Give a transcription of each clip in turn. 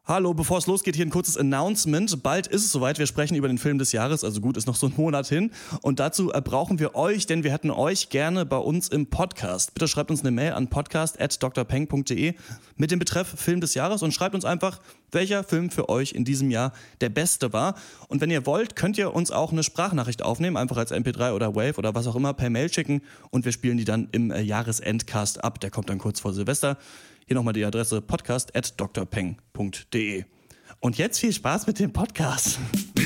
Hallo, bevor es losgeht, hier ein kurzes Announcement. Bald ist es soweit, wir sprechen über den Film des Jahres, also gut, ist noch so ein Monat hin. Und dazu brauchen wir euch, denn wir hätten euch gerne bei uns im Podcast. Bitte schreibt uns eine Mail an podcast@drpeng.de mit dem Betreff Film des Jahres und schreibt uns einfach, welcher Film für euch in diesem Jahr der beste war. Und wenn ihr wollt, könnt ihr uns auch eine Sprachnachricht aufnehmen, einfach als MP3 oder Wave oder was auch immer per Mail schicken und wir spielen die dann im Jahresendcast ab. Der kommt dann kurz vor Silvester. Hier nochmal die Adresse podcast@drpeng.de. Und jetzt viel Spaß mit dem Podcast.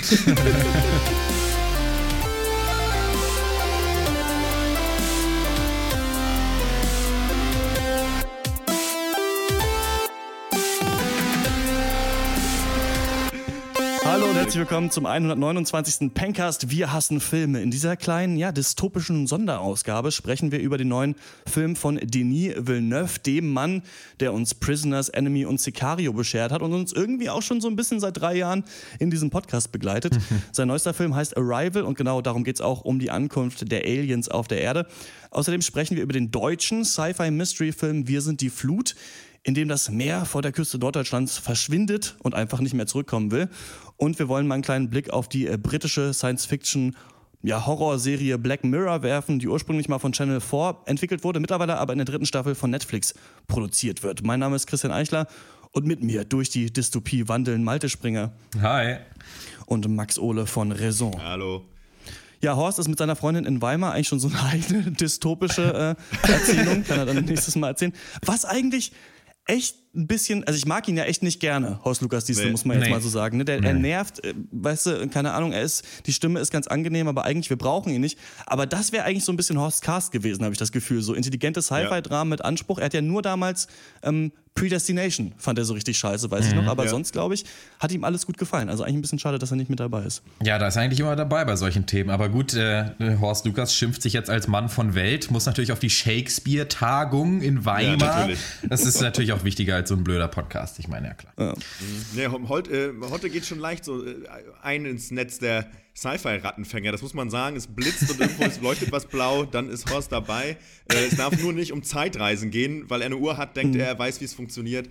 Hallo und herzlich willkommen zum 129. Pencast. Wir hassen Filme. In dieser kleinen, dystopischen Sonderausgabe sprechen wir über den neuen Film von Denis Villeneuve, dem Mann, der uns Prisoners, Enemy und Sicario beschert hat und uns irgendwie auch schon so ein bisschen seit 3 Jahren in diesem Podcast begleitet. Sein neuester Film heißt Arrival und genau darum geht es auch um die Ankunft der Aliens auf der Erde. Außerdem sprechen wir über den deutschen Sci-Fi-Mystery-Film Wir sind die Flut, in dem das Meer vor der Küste Norddeutschlands verschwindet und einfach nicht mehr zurückkommen will. Und wir wollen mal einen kleinen Blick auf die britische Science-Fiction-Horrorserie Black Mirror werfen, die ursprünglich mal von Channel 4 entwickelt wurde, mittlerweile aber in der 3. Staffel von Netflix produziert wird. Mein Name ist Christian Eichler und mit mir durch die Dystopie wandeln Malte Springer. Hi. Und Max Ohle von Raison. Hallo. Ja, Horst ist mit seiner Freundin in Weimar eigentlich schon so eine eigene dystopische Erzählung, kann er dann nächstes Mal erzählen. Was eigentlich echt ein bisschen, also ich mag ihn ja echt nicht gerne, Horst Lukas Diesel, muss man jetzt mal so sagen. Ne? Er nervt, weißt du, keine Ahnung, die Stimme ist ganz angenehm, aber eigentlich, wir brauchen ihn nicht. Aber das wäre eigentlich so ein bisschen Horst Cast gewesen, habe ich das Gefühl. So intelligentes Sci-Fi-Dramen mit Anspruch. Er hat ja nur damals Predestination, fand er so richtig scheiße, weiß ich noch. Aber sonst, glaube ich, hat ihm alles gut gefallen. Also eigentlich ein bisschen schade, dass er nicht mit dabei ist. Ja, da ist er eigentlich immer dabei bei solchen Themen. Aber gut, Horst Lukas schimpft sich jetzt als Mann von Welt, muss natürlich auf die Shakespeare-Tagung in Weimar. Ja, natürlich. Das ist natürlich auch wichtiger als so ein blöder Podcast, ich meine, ja klar. Ja. Ja, heute geht schon leicht so ein ins Netz der Sci-Fi-Rattenfänger, das muss man sagen. Es blitzt und irgendwo es leuchtet was blau, dann ist Horst dabei. Es darf nur nicht um Zeitreisen gehen, weil er eine Uhr hat, denkt er weiß, wie es funktioniert.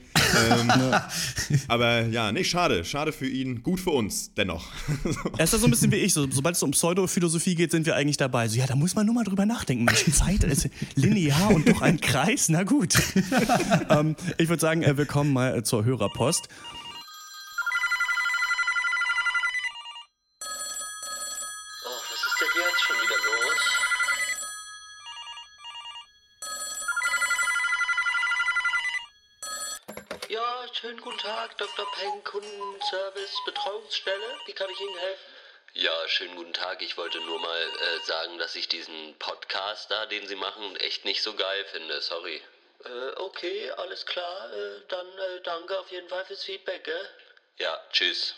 Aber ja, nee, schade für ihn, gut für uns, dennoch. Er ist ja so ein bisschen wie ich, sobald es um Pseudophilosophie geht, sind wir eigentlich dabei. So, ja, da muss man nur mal drüber nachdenken. Mensch, Zeit ist linear und doch ein Kreis, na gut. Ich würde sagen, wir kommen mal zur Hörerpost. Schönen guten Tag, Dr. Peng, Kundenservice, Betreuungsstelle. Wie kann ich Ihnen helfen? Ja, schönen guten Tag. Ich wollte nur mal sagen, dass ich diesen Podcast da, den Sie machen, echt nicht so geil finde. Sorry. Okay, alles klar. Dann danke auf jeden Fall fürs Feedback, gell? Ja, tschüss.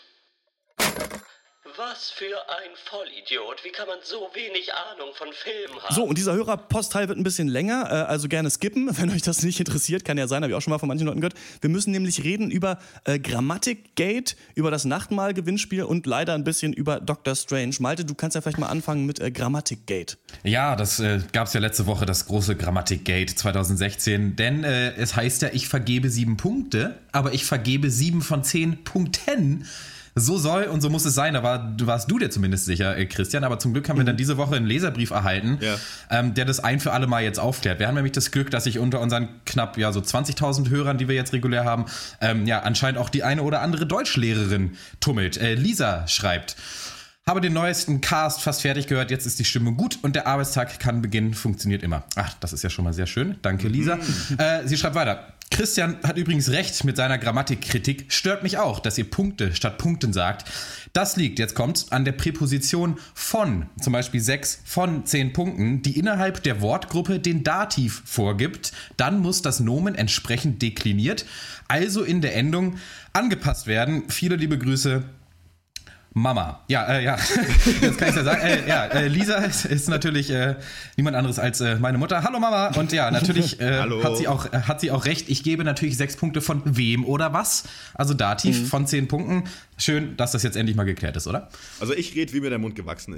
Was für ein Vollidiot. Wie kann man so wenig Ahnung von Filmen haben? So, und dieser Hörerpostteil wird ein bisschen länger, also gerne skippen, wenn euch das nicht interessiert. Kann ja sein, habe ich auch schon mal von manchen Leuten gehört. Wir müssen nämlich reden über Grammatikgate, über das Nachtmahl-Gewinnspiel und leider ein bisschen über Dr. Strange. Malte, du kannst ja vielleicht mal anfangen mit Grammatikgate. Ja, das gab es ja letzte Woche, das große Grammatikgate 2016. Denn es heißt ja, ich vergebe 7 Punkte, aber ich vergebe 7 von 10 Punkten. So soll und so muss es sein, da warst du dir zumindest sicher, Christian, aber zum Glück haben wir dann diese Woche einen Leserbrief erhalten, der das ein für alle Mal jetzt aufklärt. Wir haben nämlich das Glück, dass sich unter unseren knapp so 20.000 Hörern, die wir jetzt regulär haben, anscheinend auch die eine oder andere Deutschlehrerin tummelt. Lisa schreibt: Habe den neuesten Cast fast fertig gehört, jetzt ist die Stimmung gut und der Arbeitstag kann beginnen, funktioniert immer. Ach, das ist ja schon mal sehr schön, danke Lisa. Sie schreibt weiter: Christian hat übrigens recht mit seiner Grammatikkritik. Stört mich auch, dass ihr Punkte statt Punkten sagt. Das liegt, jetzt kommt's, an der Präposition von, zum Beispiel 6 von 10 Punkten, die innerhalb der Wortgruppe den Dativ vorgibt. Dann muss das Nomen entsprechend dekliniert, also in der Endung angepasst werden. Viele liebe Grüße, Mama. Ja, jetzt kann ich ja sagen. Lisa ist natürlich niemand anderes als meine Mutter. Hallo Mama. Und ja, natürlich hat sie auch recht. Ich gebe natürlich 6 Punkte von wem oder was. Also Dativ von 10 Punkten. Schön, dass das jetzt endlich mal geklärt ist, oder? Also ich rede, wie mir der Mund gewachsen ist.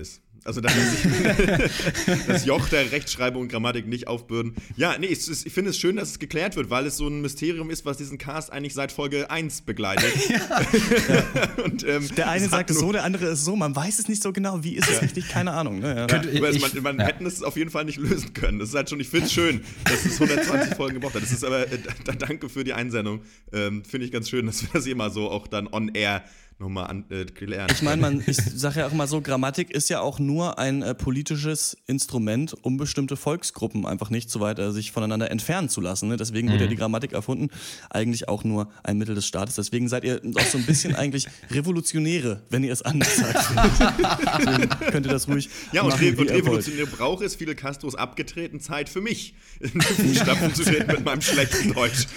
Also dass das Joch der Rechtschreibung und Grammatik nicht aufbürden. Ja, nee, ich finde es schön, dass es geklärt wird, weil es so ein Mysterium ist, was diesen Cast eigentlich seit Folge 1 begleitet. Und, der eine sagt es so, der andere ist so. Man weiß es nicht so genau. Wie ist es richtig? Keine Ahnung. Ne? Man hätten es auf jeden Fall nicht lösen können. Das ist halt schon, ich finde es schön, dass es 120 Folgen gebraucht hat. Das ist aber, danke für die Einsendung. Finde ich ganz schön, dass wir das immer so auch dann on air nochmal gelernt. Ich meine, ich sage ja auch immer so, Grammatik ist ja auch nur ein politisches Instrument, um bestimmte Volksgruppen einfach nicht so weit sich voneinander entfernen zu lassen. Ne? Deswegen wurde ja die Grammatik erfunden, eigentlich auch nur ein Mittel des Staates. Deswegen seid ihr auch so ein bisschen eigentlich Revolutionäre, wenn ihr es anders sagt. Deswegen könnt ihr das ruhig machen, und revolutionär braucht es Fidel Castros abgetreten, Zeit für mich in die Fußstapfen zu treten mit meinem schlechten Deutsch.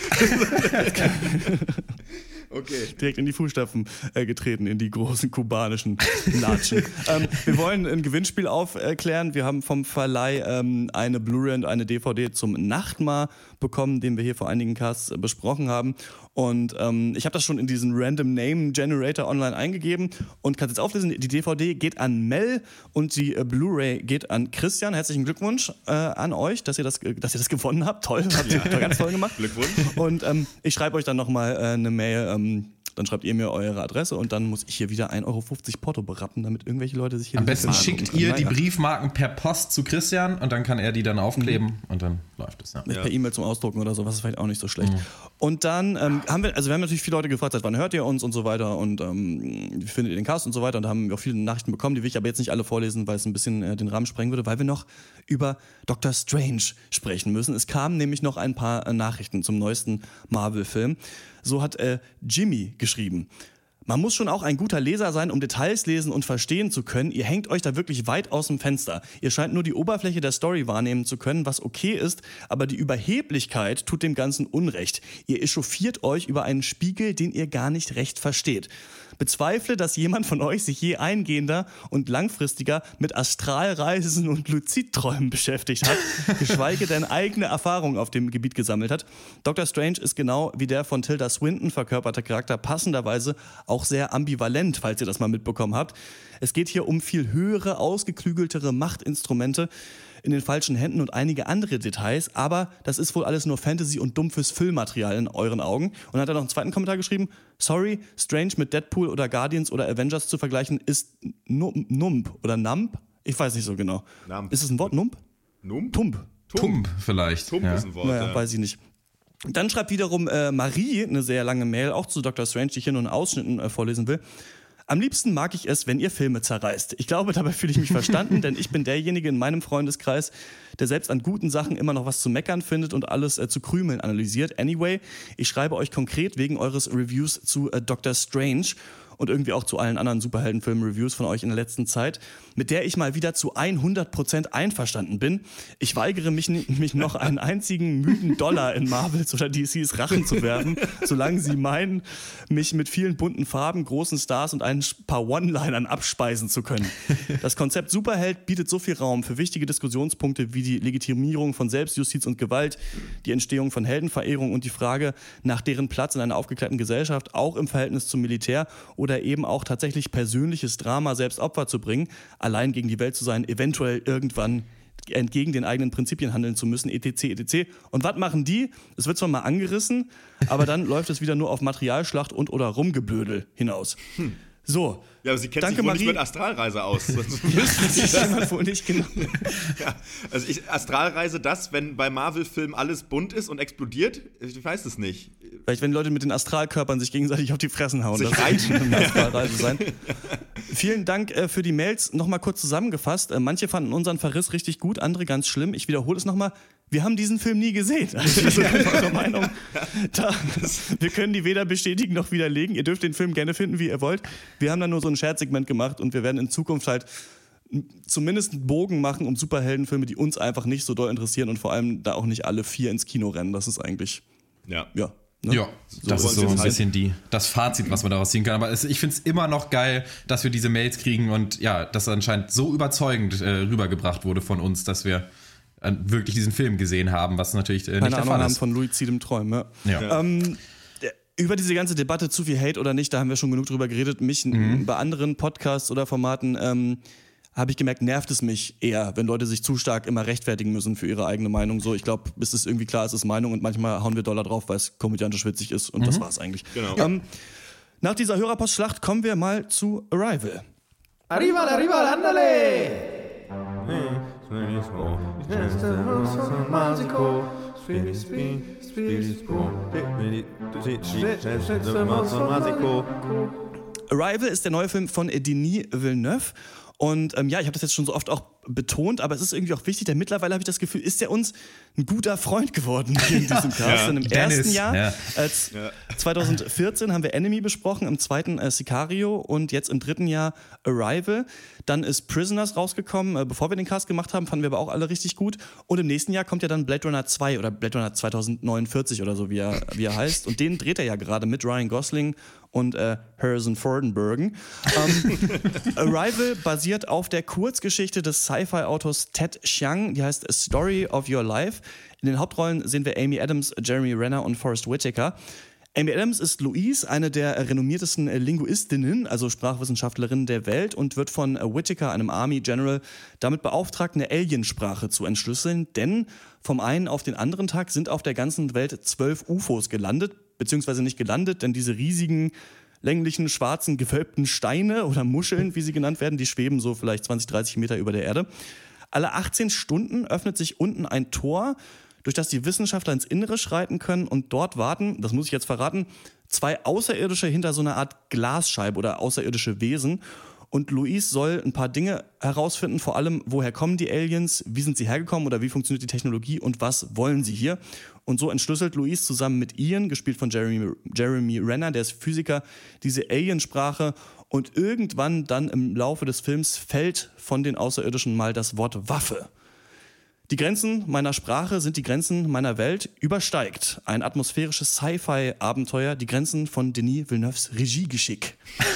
Okay. Direkt in die Fußstapfen getreten, in die großen kubanischen Latschen. Wir wollen ein Gewinnspiel aufklären. Wir haben vom Verleih eine Blu-ray und eine DVD zum Nachtmahr bekommen, den wir hier vor einigen Casts besprochen haben. Und ich habe das schon in diesen Random Name Generator online eingegeben und kann es jetzt auflesen. Die DVD geht an Mel und die Blu-ray geht an Christian. Herzlichen Glückwunsch an euch, dass ihr das gewonnen habt. Toll, habt ihr ganz toll gemacht. Glückwunsch. Und ich schreibe euch dann nochmal eine Mail. Dann schreibt ihr mir eure Adresse und dann muss ich hier wieder 1,50 € Porto berappen, damit irgendwelche Leute sich hier... Am besten schickt ihr die Briefmarken per Post zu Christian und dann kann er die dann aufkleben und dann läuft es. Ja. Nicht per E-Mail zum Ausdrucken oder sowas, ist vielleicht auch nicht so schlecht. Und dann haben wir natürlich viele Leute gefragt, seit wann hört ihr uns und so weiter und wie findet ihr den Cast und so weiter, und da haben wir auch viele Nachrichten bekommen, die will ich aber jetzt nicht alle vorlesen, weil es ein bisschen den Rahmen sprengen würde, weil wir noch über Dr. Strange sprechen müssen. Es kamen nämlich noch ein paar Nachrichten zum neuesten Marvel-Film. So hat Jimmy geschrieben: Man muss schon auch ein guter Leser sein, um Details lesen und verstehen zu können. Ihr hängt euch da wirklich weit aus dem Fenster. Ihr scheint nur die Oberfläche der Story wahrnehmen zu können, was okay ist, aber die Überheblichkeit tut dem Ganzen Unrecht. Ihr echauffiert euch über einen Spiegel, den ihr gar nicht recht versteht. Bezweifle, dass jemand von euch sich je eingehender und langfristiger mit Astralreisen und Luzidträumen beschäftigt hat, geschweige denn eigene Erfahrungen auf dem Gebiet gesammelt hat. Dr. Strange ist genau wie der von Tilda Swinton verkörperte Charakter passenderweise auch sehr ambivalent, falls ihr das mal mitbekommen habt. Es geht hier um viel höhere, ausgeklügeltere Machtinstrumente in den falschen Händen und einige andere Details, aber das ist wohl alles nur Fantasy und dumpfes Füllmaterial in euren Augen. Und dann hat er noch einen zweiten Kommentar geschrieben: Sorry, Strange mit Deadpool oder Guardians oder Avengers zu vergleichen ist Nump oder Nump? Ich weiß nicht so genau. Nump. Ist es ein Wort? Nump? Nump? Tump vielleicht. Tump ist ein Wort. Naja, weiß ich nicht. Dann schreibt wiederum Marie eine sehr lange Mail, auch zu Dr. Strange, die ich hier nur in Ausschnitten vorlesen will. Am liebsten mag ich es, wenn ihr Filme zerreißt. Ich glaube, dabei fühle ich mich verstanden, denn ich bin derjenige in meinem Freundeskreis, der selbst an guten Sachen immer noch was zu meckern findet und alles zu Krümeln analysiert. Anyway, ich schreibe euch konkret wegen eures Reviews zu Dr. Strange und irgendwie auch zu allen anderen Superheldenfilm-Reviews von euch in der letzten Zeit, mit der ich mal wieder zu 100% einverstanden bin. Ich weigere mich noch einen einzigen müden Dollar in Marvels oder DCs Rachen zu werfen, solange sie meinen, mich mit vielen bunten Farben, großen Stars und ein paar One-Linern abspeisen zu können. Das Konzept Superheld bietet so viel Raum für wichtige Diskussionspunkte wie die Legitimierung von Selbstjustiz und Gewalt, die Entstehung von Heldenverehrung und die Frage nach deren Platz in einer aufgeklärten Gesellschaft, auch im Verhältnis zum Militär, oder eben auch tatsächlich persönliches Drama, selbst Opfer zu bringen, allein gegen die Welt zu sein, eventuell irgendwann entgegen den eigenen Prinzipien handeln zu müssen, etc., etc. Und was machen die? Es wird zwar mal angerissen, aber dann läuft es wieder nur auf Materialschlacht und oder Rumgeblödel hinaus. So. Ja, aber sie kennt Danke, sich wohl Marie. nicht mit Astralreise aus. Wohl nicht genau. Ja, also Astralreise, das, wenn bei Marvel-Filmen alles bunt ist und explodiert? Ich weiß es nicht. Vielleicht, wenn Leute mit den Astralkörpern sich gegenseitig auf die Fressen hauen. Sich das reichen. wird eine Astralreise sein. Vielen Dank für die Mails. Nochmal kurz zusammengefasst. Manche fanden unseren Verriss richtig gut, andere ganz schlimm. Ich wiederhole es nochmal. Wir haben diesen Film nie gesehen. Also wir sind unserer Meinung. Wir können die weder bestätigen noch widerlegen. Ihr dürft den Film gerne finden, wie ihr wollt. Wir haben da nur so ein Scherzsegment gemacht und wir werden in Zukunft halt zumindest einen Bogen machen um Superheldenfilme, die uns einfach nicht so doll interessieren und vor allem da auch nicht alle 4 ins Kino rennen. Das ist eigentlich, Ja. ne? Ja, das ist so ein bisschen das Fazit, was man daraus ziehen kann. Aber ich finde es immer noch geil, dass wir diese Mails kriegen und ja, dass anscheinend so überzeugend rübergebracht wurde von uns, dass wir wirklich diesen Film gesehen haben, was natürlich nicht der Fall ist. Von Luzidem Träumen, ja. Über diese ganze Debatte, zu viel Hate oder nicht, da haben wir schon genug drüber geredet. Bei anderen Podcasts oder Formaten habe ich gemerkt, nervt es mich eher, wenn Leute sich zu stark immer rechtfertigen müssen für ihre eigene Meinung. So, ich glaube, es ist irgendwie klar, es ist Meinung und manchmal hauen wir Dollar drauf, weil es komödiantisch witzig ist und das war's eigentlich. Genau. Nach dieser Hörerpostschlacht kommen wir mal zu Arrival. Arriba, arriba, andale! Arrival ist der neue Film von Denis Villeneuve. Und ich habe das jetzt schon so oft auch betont, aber es ist irgendwie auch wichtig, denn mittlerweile habe ich das Gefühl, ist er uns ein guter Freund geworden hier in diesem Cast. Ja. Denn im ersten Jahr, 2014, haben wir Enemy besprochen, im zweiten Sicario und jetzt im dritten Jahr Arrival. Dann ist Prisoners rausgekommen, bevor wir den Cast gemacht haben, fanden wir aber auch alle richtig gut. Und im nächsten Jahr kommt ja dann Blade Runner 2 oder Blade Runner 2049 oder so, wie er heißt. Und den dreht er ja gerade mit Ryan Gosling und Harrison Ford. Arrival basiert auf der Kurzgeschichte des Sci-Fi-Autors Ted Chiang, die heißt A Story of Your Life. In den Hauptrollen sehen wir Amy Adams, Jeremy Renner und Forest Whitaker. Amy Adams ist Louise, eine der renommiertesten Linguistinnen, also Sprachwissenschaftlerin der Welt, und wird von Whitaker, einem Army General, damit beauftragt, eine Aliensprache zu entschlüsseln, denn vom einen auf den anderen Tag sind auf der ganzen Welt 12 UFOs gelandet, beziehungsweise nicht gelandet, denn diese riesigen, länglichen, schwarzen, gewölbten Steine oder Muscheln, wie sie genannt werden, die schweben so vielleicht 20, 30 Meter über der Erde. Alle 18 Stunden öffnet sich unten ein Tor, durch das die Wissenschaftler ins Innere schreiten können und dort warten, das muss ich jetzt verraten, 2 Außerirdische hinter so einer Art Glasscheibe oder außerirdische Wesen. Und Louise soll ein paar Dinge herausfinden, vor allem, woher kommen die Aliens, wie sind sie hergekommen oder wie funktioniert die Technologie und was wollen sie hier. Und so entschlüsselt Louise zusammen mit Ian, gespielt von Jeremy Renner, der ist Physiker, diese Aliensprache. Und irgendwann dann im Laufe des Films fällt von den Außerirdischen mal das Wort Waffe. Die Grenzen meiner Sprache sind die Grenzen meiner Welt, übersteigt ein atmosphärisches Sci-Fi-Abenteuer die Grenzen von Denis Villeneuves Regiegeschick.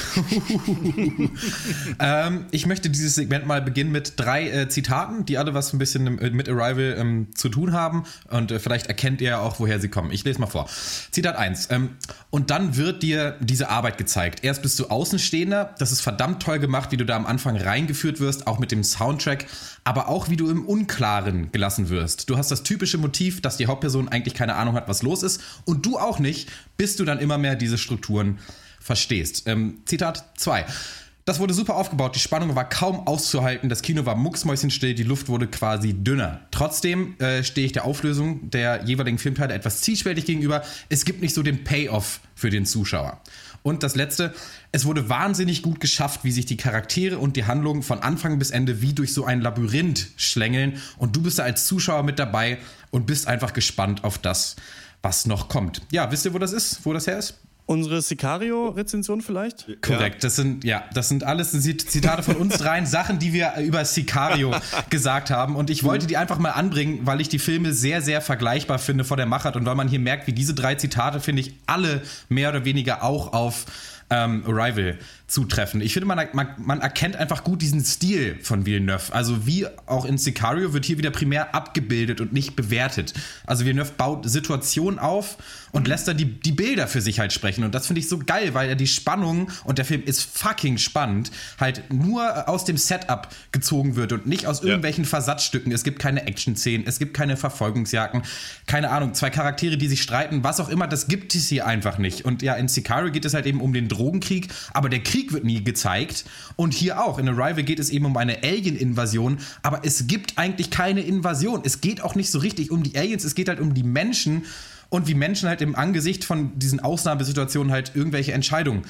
Ich möchte dieses Segment mal beginnen mit 3 Zitaten, die alle was ein bisschen mit Arrival zu tun haben und vielleicht erkennt ihr auch, woher sie kommen. Ich lese mal vor. Zitat 1. Und dann wird dir diese Arbeit gezeigt. Erst bist du Außenstehender, das ist verdammt toll gemacht, wie du da am Anfang reingeführt wirst, auch mit dem Soundtrack, aber auch wie du im Unklaren gelassen wirst. Du hast das typische Motiv, dass die Hauptperson eigentlich keine Ahnung hat, was los ist und du auch nicht, bis du dann immer mehr diese Strukturen verstehst. Zitat 2. Das wurde super aufgebaut, die Spannung war kaum auszuhalten, das Kino war mucksmäuschenstill, die Luft wurde quasi dünner. Trotzdem stehe ich der Auflösung der jeweiligen Filmteile etwas zwiespältig gegenüber. Es gibt nicht so den Payoff für den Zuschauer. Und das Letzte, es wurde wahnsinnig gut geschafft, wie sich die Charaktere und die Handlungen von Anfang bis Ende wie durch so ein Labyrinth schlängeln und du bist da als Zuschauer mit dabei und bist einfach gespannt auf das, was noch kommt. Ja, wisst ihr, wo das her ist? Unsere Sicario-Rezension vielleicht? Korrekt, das sind alles Zitate von uns dreien, Sachen, die wir über Sicario gesagt haben und ich wollte die einfach mal anbringen, weil ich die Filme sehr, sehr vergleichbar finde vor der Machart und weil man hier merkt, wie diese 3 Zitate, finde ich, alle mehr oder weniger auch auf Arrival zutreffen. Ich finde, man erkennt einfach gut diesen Stil von Villeneuve. Also wie auch in Sicario wird hier wieder primär abgebildet und nicht bewertet. Also Villeneuve baut Situationen auf und lässt dann die Bilder für sich halt sprechen. Und das finde ich so geil, weil er die Spannung, und der Film ist fucking spannend, halt nur aus dem Setup gezogen wird und nicht aus irgendwelchen Versatzstücken. Es gibt keine Action-Szenen, es gibt keine Verfolgungsjagden, keine Ahnung, 2 Charaktere, die sich streiten, was auch immer, das gibt es hier einfach nicht. Und ja, in Sicario geht es halt eben um den Drogenkrieg, aber der Krieg wird nie gezeigt. Und hier auch, in Arrival geht es eben um eine Alien-Invasion, aber es gibt eigentlich keine Invasion. Es geht auch nicht so richtig um die Aliens, es geht halt um die Menschen und wie Menschen halt im Angesicht von diesen Ausnahmesituationen halt irgendwelche Entscheidungen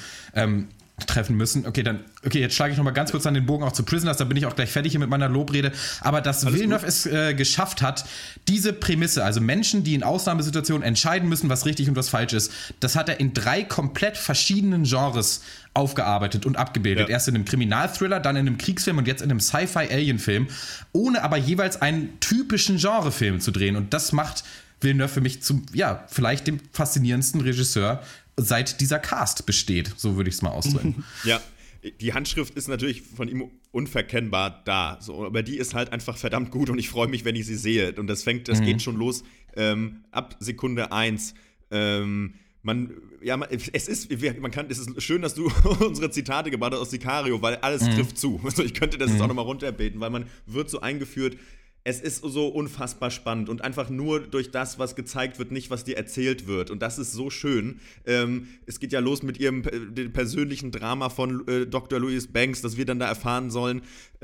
treffen müssen. Okay, jetzt schlage ich noch mal ganz kurz an den Bogen auch zu Prisoners, da bin ich auch gleich fertig hier mit meiner Lobrede, aber dass Villeneuve es geschafft hat, diese Prämisse, also Menschen, die in Ausnahmesituationen entscheiden müssen, was richtig und was falsch ist, das hat er in 3 komplett verschiedenen Genres aufgearbeitet und abgebildet. Erst in einem Kriminalthriller, dann in einem Kriegsfilm und jetzt in einem Sci-Fi-Alien-Film, ohne aber jeweils einen typischen Genrefilm zu drehen und das macht Villeneuve für mich zum, vielleicht dem faszinierendsten Regisseur seit dieser Cast besteht, so würde ich es mal ausdrücken. Ja, die Handschrift ist natürlich von ihm unverkennbar da, so, aber die ist halt einfach verdammt gut und ich freue mich, wenn ich sie sehe. Und das geht schon los ab Sekunde 1 es ist schön, dass du unsere Zitate gebracht hast aus Sicario, weil alles trifft zu. Also ich könnte das jetzt auch nochmal runterbeten, weil man wird so eingeführt. Es ist so unfassbar spannend und einfach nur durch das, was gezeigt wird, nicht was dir erzählt wird. Und das ist so schön. Es geht ja los mit dem persönlichen Drama von Dr. Louis Banks, das wir dann da erfahren sollen.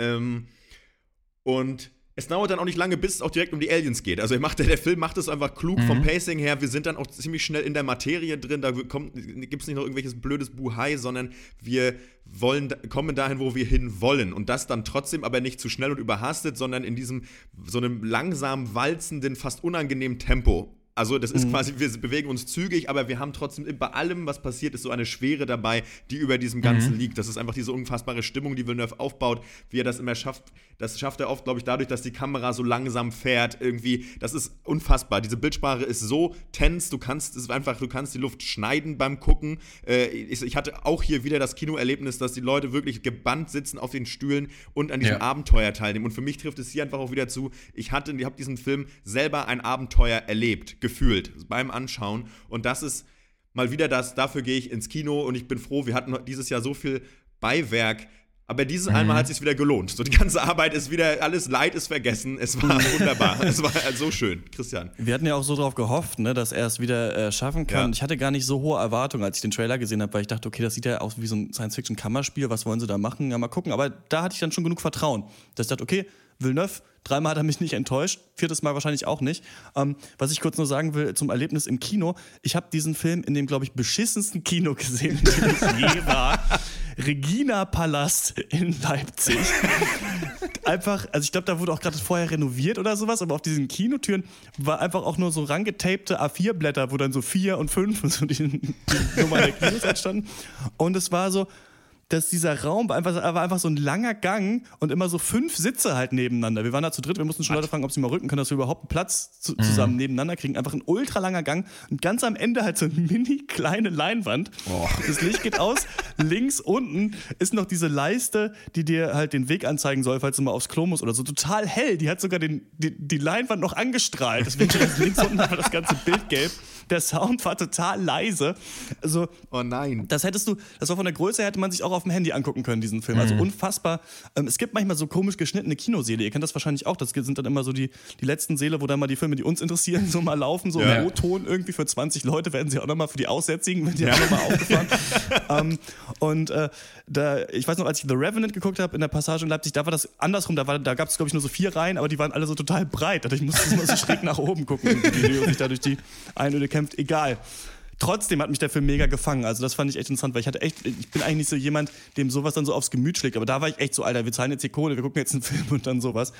Und es dauert dann auch nicht lange, bis es auch direkt um die Aliens geht. Also der Film macht es einfach klug vom Pacing her. Wir sind dann auch ziemlich schnell in der Materie drin. Da gibt es nicht noch irgendwelches blödes Buhai, sondern wir kommen dahin, wo wir hin wollen. Und das dann trotzdem aber nicht zu schnell und überhastet, sondern in so einem langsam walzenden, fast unangenehmen Tempo. Also das ist quasi, wir bewegen uns zügig, aber wir haben trotzdem bei allem, was passiert, ist so eine Schwere dabei, die über diesem Ganzen liegt. Das ist einfach diese unfassbare Stimmung, die Villeneuve aufbaut, wie er das immer schafft. Das schafft er oft, glaube ich, dadurch, dass die Kamera so langsam fährt irgendwie. Das ist unfassbar. Diese Bildsprache ist so tense, du kannst die Luft schneiden beim Gucken. Ich hatte auch hier wieder das Kinoerlebnis, dass die Leute wirklich gebannt sitzen auf den Stühlen und an diesem Abenteuer teilnehmen. Und für mich trifft es hier einfach auch wieder zu, ich habe diesen Film selber ein Abenteuer erlebt, gefühlt beim Anschauen, und das ist mal wieder dafür gehe ich ins Kino und ich bin froh, wir hatten dieses Jahr so viel Beiwerk, aber dieses einmal hat es sich wieder gelohnt. So die ganze Arbeit ist wieder, alles Leid ist vergessen, es war wunderbar, es war so schön. Christian. Wir hatten ja auch so drauf gehofft, ne, dass er es wieder schaffen kann. Ja. Ich hatte gar nicht so hohe Erwartungen, als ich den Trailer gesehen habe, weil ich dachte, okay, das sieht ja aus wie so ein Science-Fiction-Kammerspiel, was wollen sie da machen? Ja, mal gucken, aber da hatte ich dann schon genug Vertrauen, dass ich dachte, okay, Villeneuve, 3-mal hat er mich nicht enttäuscht, 4. Mal wahrscheinlich auch nicht. Was ich kurz nur sagen will zum Erlebnis im Kino, ich habe diesen Film in dem, glaube ich, beschissensten Kino gesehen, in dem ich je war. Regina Palast in Leipzig. Einfach, also ich glaube, da wurde auch gerade vorher renoviert oder sowas, aber auf diesen Kinotüren war einfach auch nur so rangetapte A4-Blätter, wo dann so 4 und 5 und so die Nummer der Kinos entstanden. Und es war so, dass dieser Raum war einfach so ein langer Gang und immer so 5 Sitze halt nebeneinander. Wir waren da zu dritt, wir mussten schon Leute fragen, ob sie mal rücken können, dass wir überhaupt einen Platz zusammen nebeneinander kriegen. Einfach ein ultra langer Gang und ganz am Ende halt so eine mini kleine Leinwand. Oh. Das Licht geht aus, links unten ist noch diese Leiste, die dir halt den Weg anzeigen soll, falls du mal aufs Klo musst oder so. Total hell, die hat sogar die Leinwand noch angestrahlt. Deswegen ist links unten einfach das ganze Bild gelb. Der Sound war total leise. Also, oh nein. Das war von der Größe her, hätte man sich auch auf dem Handy angucken können, diesen Film. Also unfassbar. Es gibt manchmal so komisch geschnittene Kinosäle. Ihr kennt das wahrscheinlich auch. Das sind dann immer so die letzten Säle, wo dann mal die Filme, die uns interessieren, so mal laufen. So im O-Ton irgendwie für 20 Leute werden sie auch nochmal für die Aussätzigen, wenn die auch nochmal aufgefahren. Ich weiß noch, als ich The Revenant geguckt habe in der Passage in Leipzig, da war das andersrum. Da gab es, glaube ich, nur so 4 Reihen, aber die waren alle so total breit. Dadurch musste ich immer so schräg nach oben gucken, wie sich da durch die Einöde kämpft. Egal. Trotzdem hat mich der Film mega gefangen. Also das fand ich echt interessant, weil ich bin eigentlich nicht so jemand, dem sowas dann so aufs Gemüt schlägt. Aber da war ich echt so, Alter, wir zahlen jetzt hier Kohle, wir gucken jetzt einen Film und dann sowas.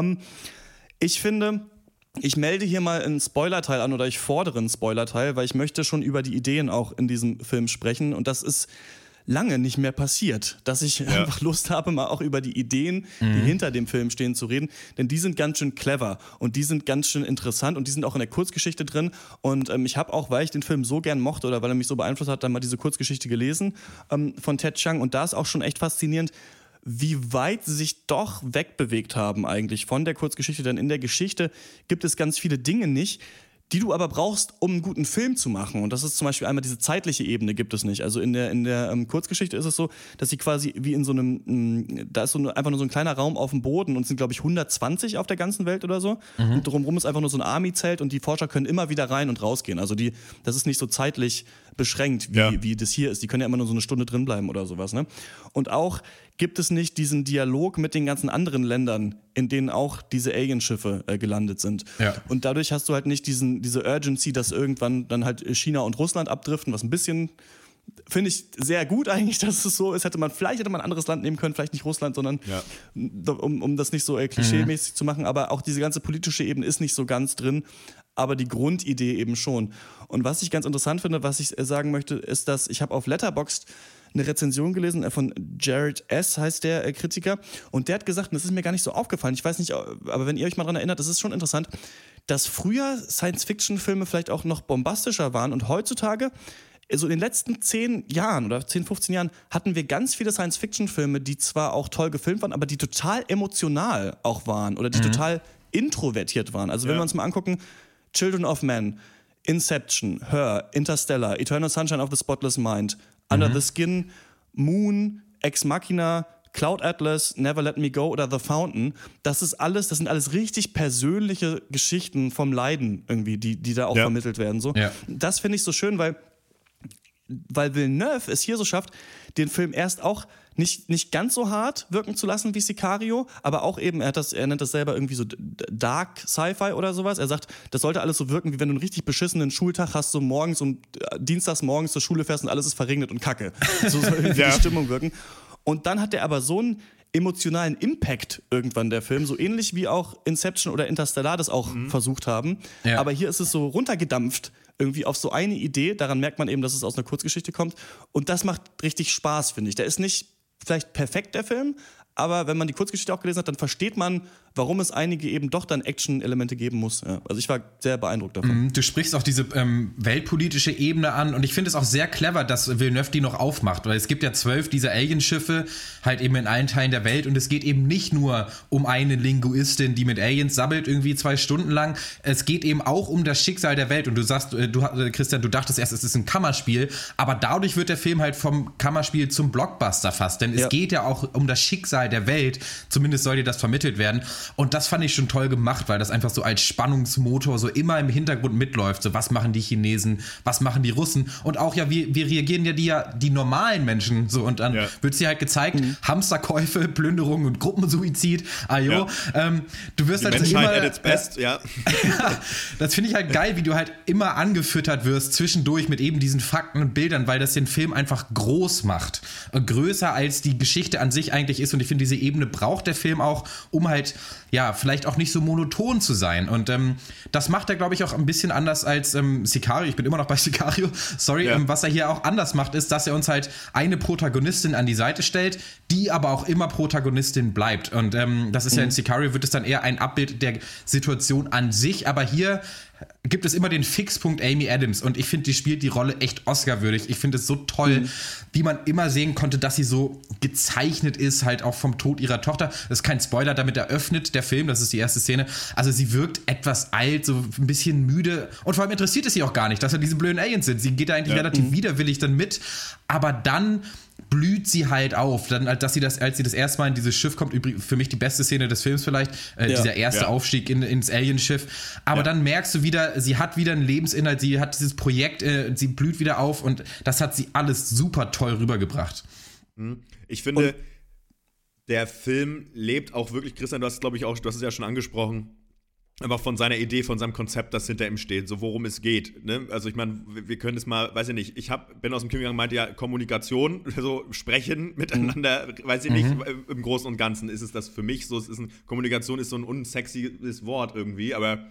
Ich finde, ich melde hier mal einen Spoilerteil an oder ich fordere einen Spoilerteil, weil ich möchte schon über die Ideen auch in diesem Film sprechen. Und das ist lange nicht mehr passiert, dass ich einfach Lust habe, mal auch über die Ideen, die hinter dem Film stehen, zu reden. Denn die sind ganz schön clever und die sind ganz schön interessant und die sind auch in der Kurzgeschichte drin. Und ich habe auch, weil ich den Film so gern mochte oder weil er mich so beeinflusst hat, dann mal diese Kurzgeschichte gelesen von Ted Chiang. Und da ist auch schon echt faszinierend, wie weit sie sich doch wegbewegt haben eigentlich von der Kurzgeschichte. Denn in der Geschichte gibt es ganz viele Dinge nicht, die du aber brauchst, um einen guten Film zu machen. Und das ist zum Beispiel einmal diese zeitliche Ebene gibt es nicht. Also in der Kurzgeschichte ist es so, dass sie quasi wie in so einem, da ist so einfach nur so ein kleiner Raum auf dem Boden und es sind, glaube ich, 120 auf der ganzen Welt oder so. Und drumherum ist einfach nur so ein Army-Zelt und die Forscher können immer wieder rein und rausgehen. Also das ist nicht so zeitlich beschränkt, wie das hier ist. Die können ja immer nur so eine Stunde drin bleiben oder sowas. Ne? Und auch gibt es nicht diesen Dialog mit den ganzen anderen Ländern, in denen auch diese Alienschiffe gelandet sind. Ja. Und dadurch hast du halt nicht diese Urgency, dass irgendwann dann halt China und Russland abdriften, was ein bisschen, finde ich, sehr gut eigentlich, dass es so ist. Vielleicht hätte man ein anderes Land nehmen können, vielleicht nicht Russland, sondern um das nicht so klischeemäßig zu machen. Aber auch diese ganze politische Ebene ist nicht so ganz drin, aber die Grundidee eben schon. Und was ich ganz interessant finde, was ich sagen möchte, ist, dass ich habe auf Letterboxd eine Rezension gelesen von Jared S., heißt der Kritiker, und der hat gesagt, und das ist mir gar nicht so aufgefallen, ich weiß nicht, aber wenn ihr euch mal daran erinnert, das ist schon interessant, dass früher Science-Fiction-Filme vielleicht auch noch bombastischer waren und heutzutage, so in den letzten 10 Jahren oder 10, 15 Jahren, hatten wir ganz viele Science-Fiction-Filme, die zwar auch toll gefilmt waren, aber die total emotional auch waren oder die total introvertiert waren. Also wenn wir uns mal angucken, Children of Men, Inception, Her, Interstellar, Eternal Sunshine of the Spotless Mind, Under the Skin, Moon, Ex Machina, Cloud Atlas, Never Let Me Go oder The Fountain, das sind alles richtig persönliche Geschichten vom Leiden irgendwie, die da auch vermittelt werden. So. Ja. Das finde ich so schön, weil Villeneuve es hier so schafft, den Film erst auch nicht ganz so hart wirken zu lassen wie Sicario, aber auch eben, er nennt das selber irgendwie so Dark Sci-Fi oder sowas. Er sagt, das sollte alles so wirken, wie wenn du einen richtig beschissenen Schultag hast, so morgens dienstags morgens zur Schule fährst und alles ist verregnet und Kacke. So soll irgendwie die Stimmung wirken. Und dann hat er aber so einen emotionalen Impact irgendwann, der Film, so ähnlich wie auch Inception oder Interstellar das auch versucht haben. Ja. Aber hier ist es so runtergedampft, irgendwie auf so eine Idee. Daran merkt man eben, dass es aus einer Kurzgeschichte kommt. Und das macht richtig Spaß, finde ich. Der ist nicht vielleicht perfekt, der Film, aber wenn man die Kurzgeschichte auch gelesen hat, dann versteht man, warum es einige eben doch dann Action-Elemente geben muss. Ja, also ich war sehr beeindruckt davon. Du sprichst auch diese weltpolitische Ebene an und ich finde es auch sehr clever, dass Villeneuve die noch aufmacht, weil es gibt ja 12 dieser Alien-Schiffe halt eben in allen Teilen der Welt und es geht eben nicht nur um eine Linguistin, die mit Aliens sabbelt irgendwie 2 Stunden lang, es geht eben auch um das Schicksal der Welt und du sagst, Christian, du dachtest erst, es ist ein Kammerspiel, aber dadurch wird der Film halt vom Kammerspiel zum Blockbuster fast, denn es geht ja auch um das Schicksal der Welt, zumindest soll dir das vermittelt werden. Und das fand ich schon toll gemacht, weil das einfach so als Spannungsmotor so immer im Hintergrund mitläuft. So, was machen die Chinesen, was machen die Russen? Und auch wie reagieren die normalen Menschen? So, und dann wird sie halt gezeigt, Hamsterkäufe, Plünderung und Gruppensuizid. Du wirst die halt Menschheit immer... at its best, Das finde ich halt geil, wie du halt immer angefüttert wirst zwischendurch mit eben diesen Fakten und Bildern, weil das den Film einfach groß macht. Größer als die Geschichte an sich eigentlich ist. Und ich finde, diese Ebene braucht der Film auch, um halt vielleicht auch nicht so monoton zu sein. Und das macht er, glaube ich, auch ein bisschen anders als Sicario. Ich bin immer noch bei Sicario. Sorry. Was er hier auch anders macht, ist, dass er uns halt eine Protagonistin an die Seite stellt, die aber auch immer Protagonistin bleibt. Und das ist ja in Sicario, wird es dann eher ein Abbild der Situation an sich. Aber hier gibt es immer den Fixpunkt Amy Adams und ich finde, die spielt die Rolle echt Oscar-würdig. Ich finde es so toll, wie man immer sehen konnte, dass sie so gezeichnet ist, halt auch vom Tod ihrer Tochter. Das ist kein Spoiler, damit eröffnet der Film, das ist die erste Szene. Also sie wirkt etwas alt, so ein bisschen müde und vor allem interessiert es sie auch gar nicht, dass da diese blöden Aliens sind. Sie geht da eigentlich relativ widerwillig dann mit, aber dann blüht sie halt auf, dann, als sie das erste Mal in dieses Schiff kommt, für mich die beste Szene des Films vielleicht, dieser erste Aufstieg ins Alienschiff, aber dann merkst du wieder, sie hat wieder einen Lebensinhalt, sie hat dieses Projekt, sie blüht wieder auf und das hat sie alles super toll rübergebracht. Ich finde, der Film lebt auch wirklich, Christian, du hast es ja schon angesprochen, aber von seiner Idee, von seinem Konzept, das hinter ihm steht, so worum es geht. Ne? Also ich meine, wir können es mal, weiß ich nicht, bin aus dem Kino gegangen, meinte Kommunikation, so sprechen miteinander, weiß ich nicht, im Großen und Ganzen ist es das für mich so, Kommunikation ist so ein unsexiges Wort irgendwie, aber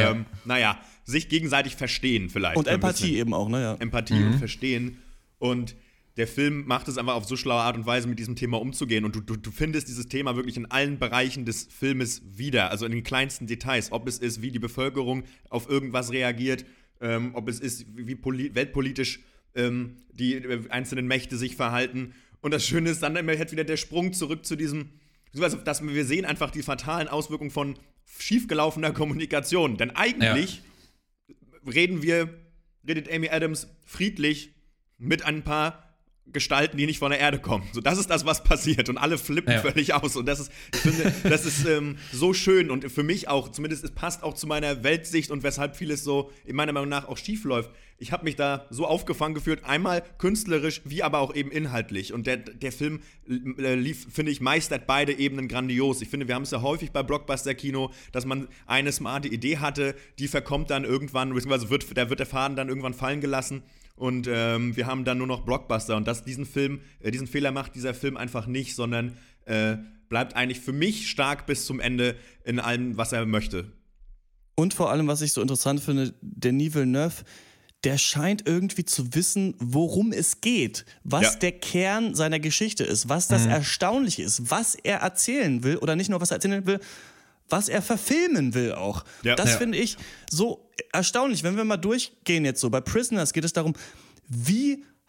sich gegenseitig verstehen vielleicht. Und Empathie eben auch, ne? Ja. Empathie und Verstehen und der Film macht es einfach auf so schlaue Art und Weise, mit diesem Thema umzugehen. Und du findest dieses Thema wirklich in allen Bereichen des Filmes wieder. Also in den kleinsten Details. Ob es ist, wie die Bevölkerung auf irgendwas reagiert. Ob es ist, wie weltpolitisch die einzelnen Mächte sich verhalten. Und das Schöne ist dann immer wieder der Sprung zurück zu diesem, also dass wir sehen einfach die fatalen Auswirkungen von schiefgelaufener Kommunikation. Denn eigentlich redet Amy Adams friedlich mit ein paar Gestalten, die nicht von der Erde kommen. So, das ist das, was passiert. Und alle flippen völlig aus. Und ich finde, das ist so schön. Und für mich auch, zumindest, es passt auch zu meiner Weltsicht und weshalb vieles so, in meiner Meinung nach, auch schief läuft. Ich habe mich da so aufgefangen gefühlt, einmal künstlerisch, wie aber auch eben inhaltlich. Und der Film finde ich, meistert beide Ebenen grandios. Ich finde, wir haben es ja häufig bei Blockbuster-Kino, dass man eine smarte Idee hatte, die verkommt dann irgendwann, beziehungsweise wird der Faden dann irgendwann fallen gelassen. Und wir haben dann nur noch Blockbuster. Und diesen Fehler macht dieser Film einfach nicht, sondern bleibt eigentlich für mich stark bis zum Ende in allem, was er möchte. Und vor allem, was ich so interessant finde, Denis Villeneuve, der scheint irgendwie zu wissen, worum es geht, was der Kern seiner Geschichte ist, was das Erstaunliche ist, was er erzählen will oder nicht nur, was er erzählen will, was er verfilmen will auch. Ja. Das finde ich so erstaunlich. Wenn wir mal durchgehen jetzt so, bei Prisoners geht es darum, wie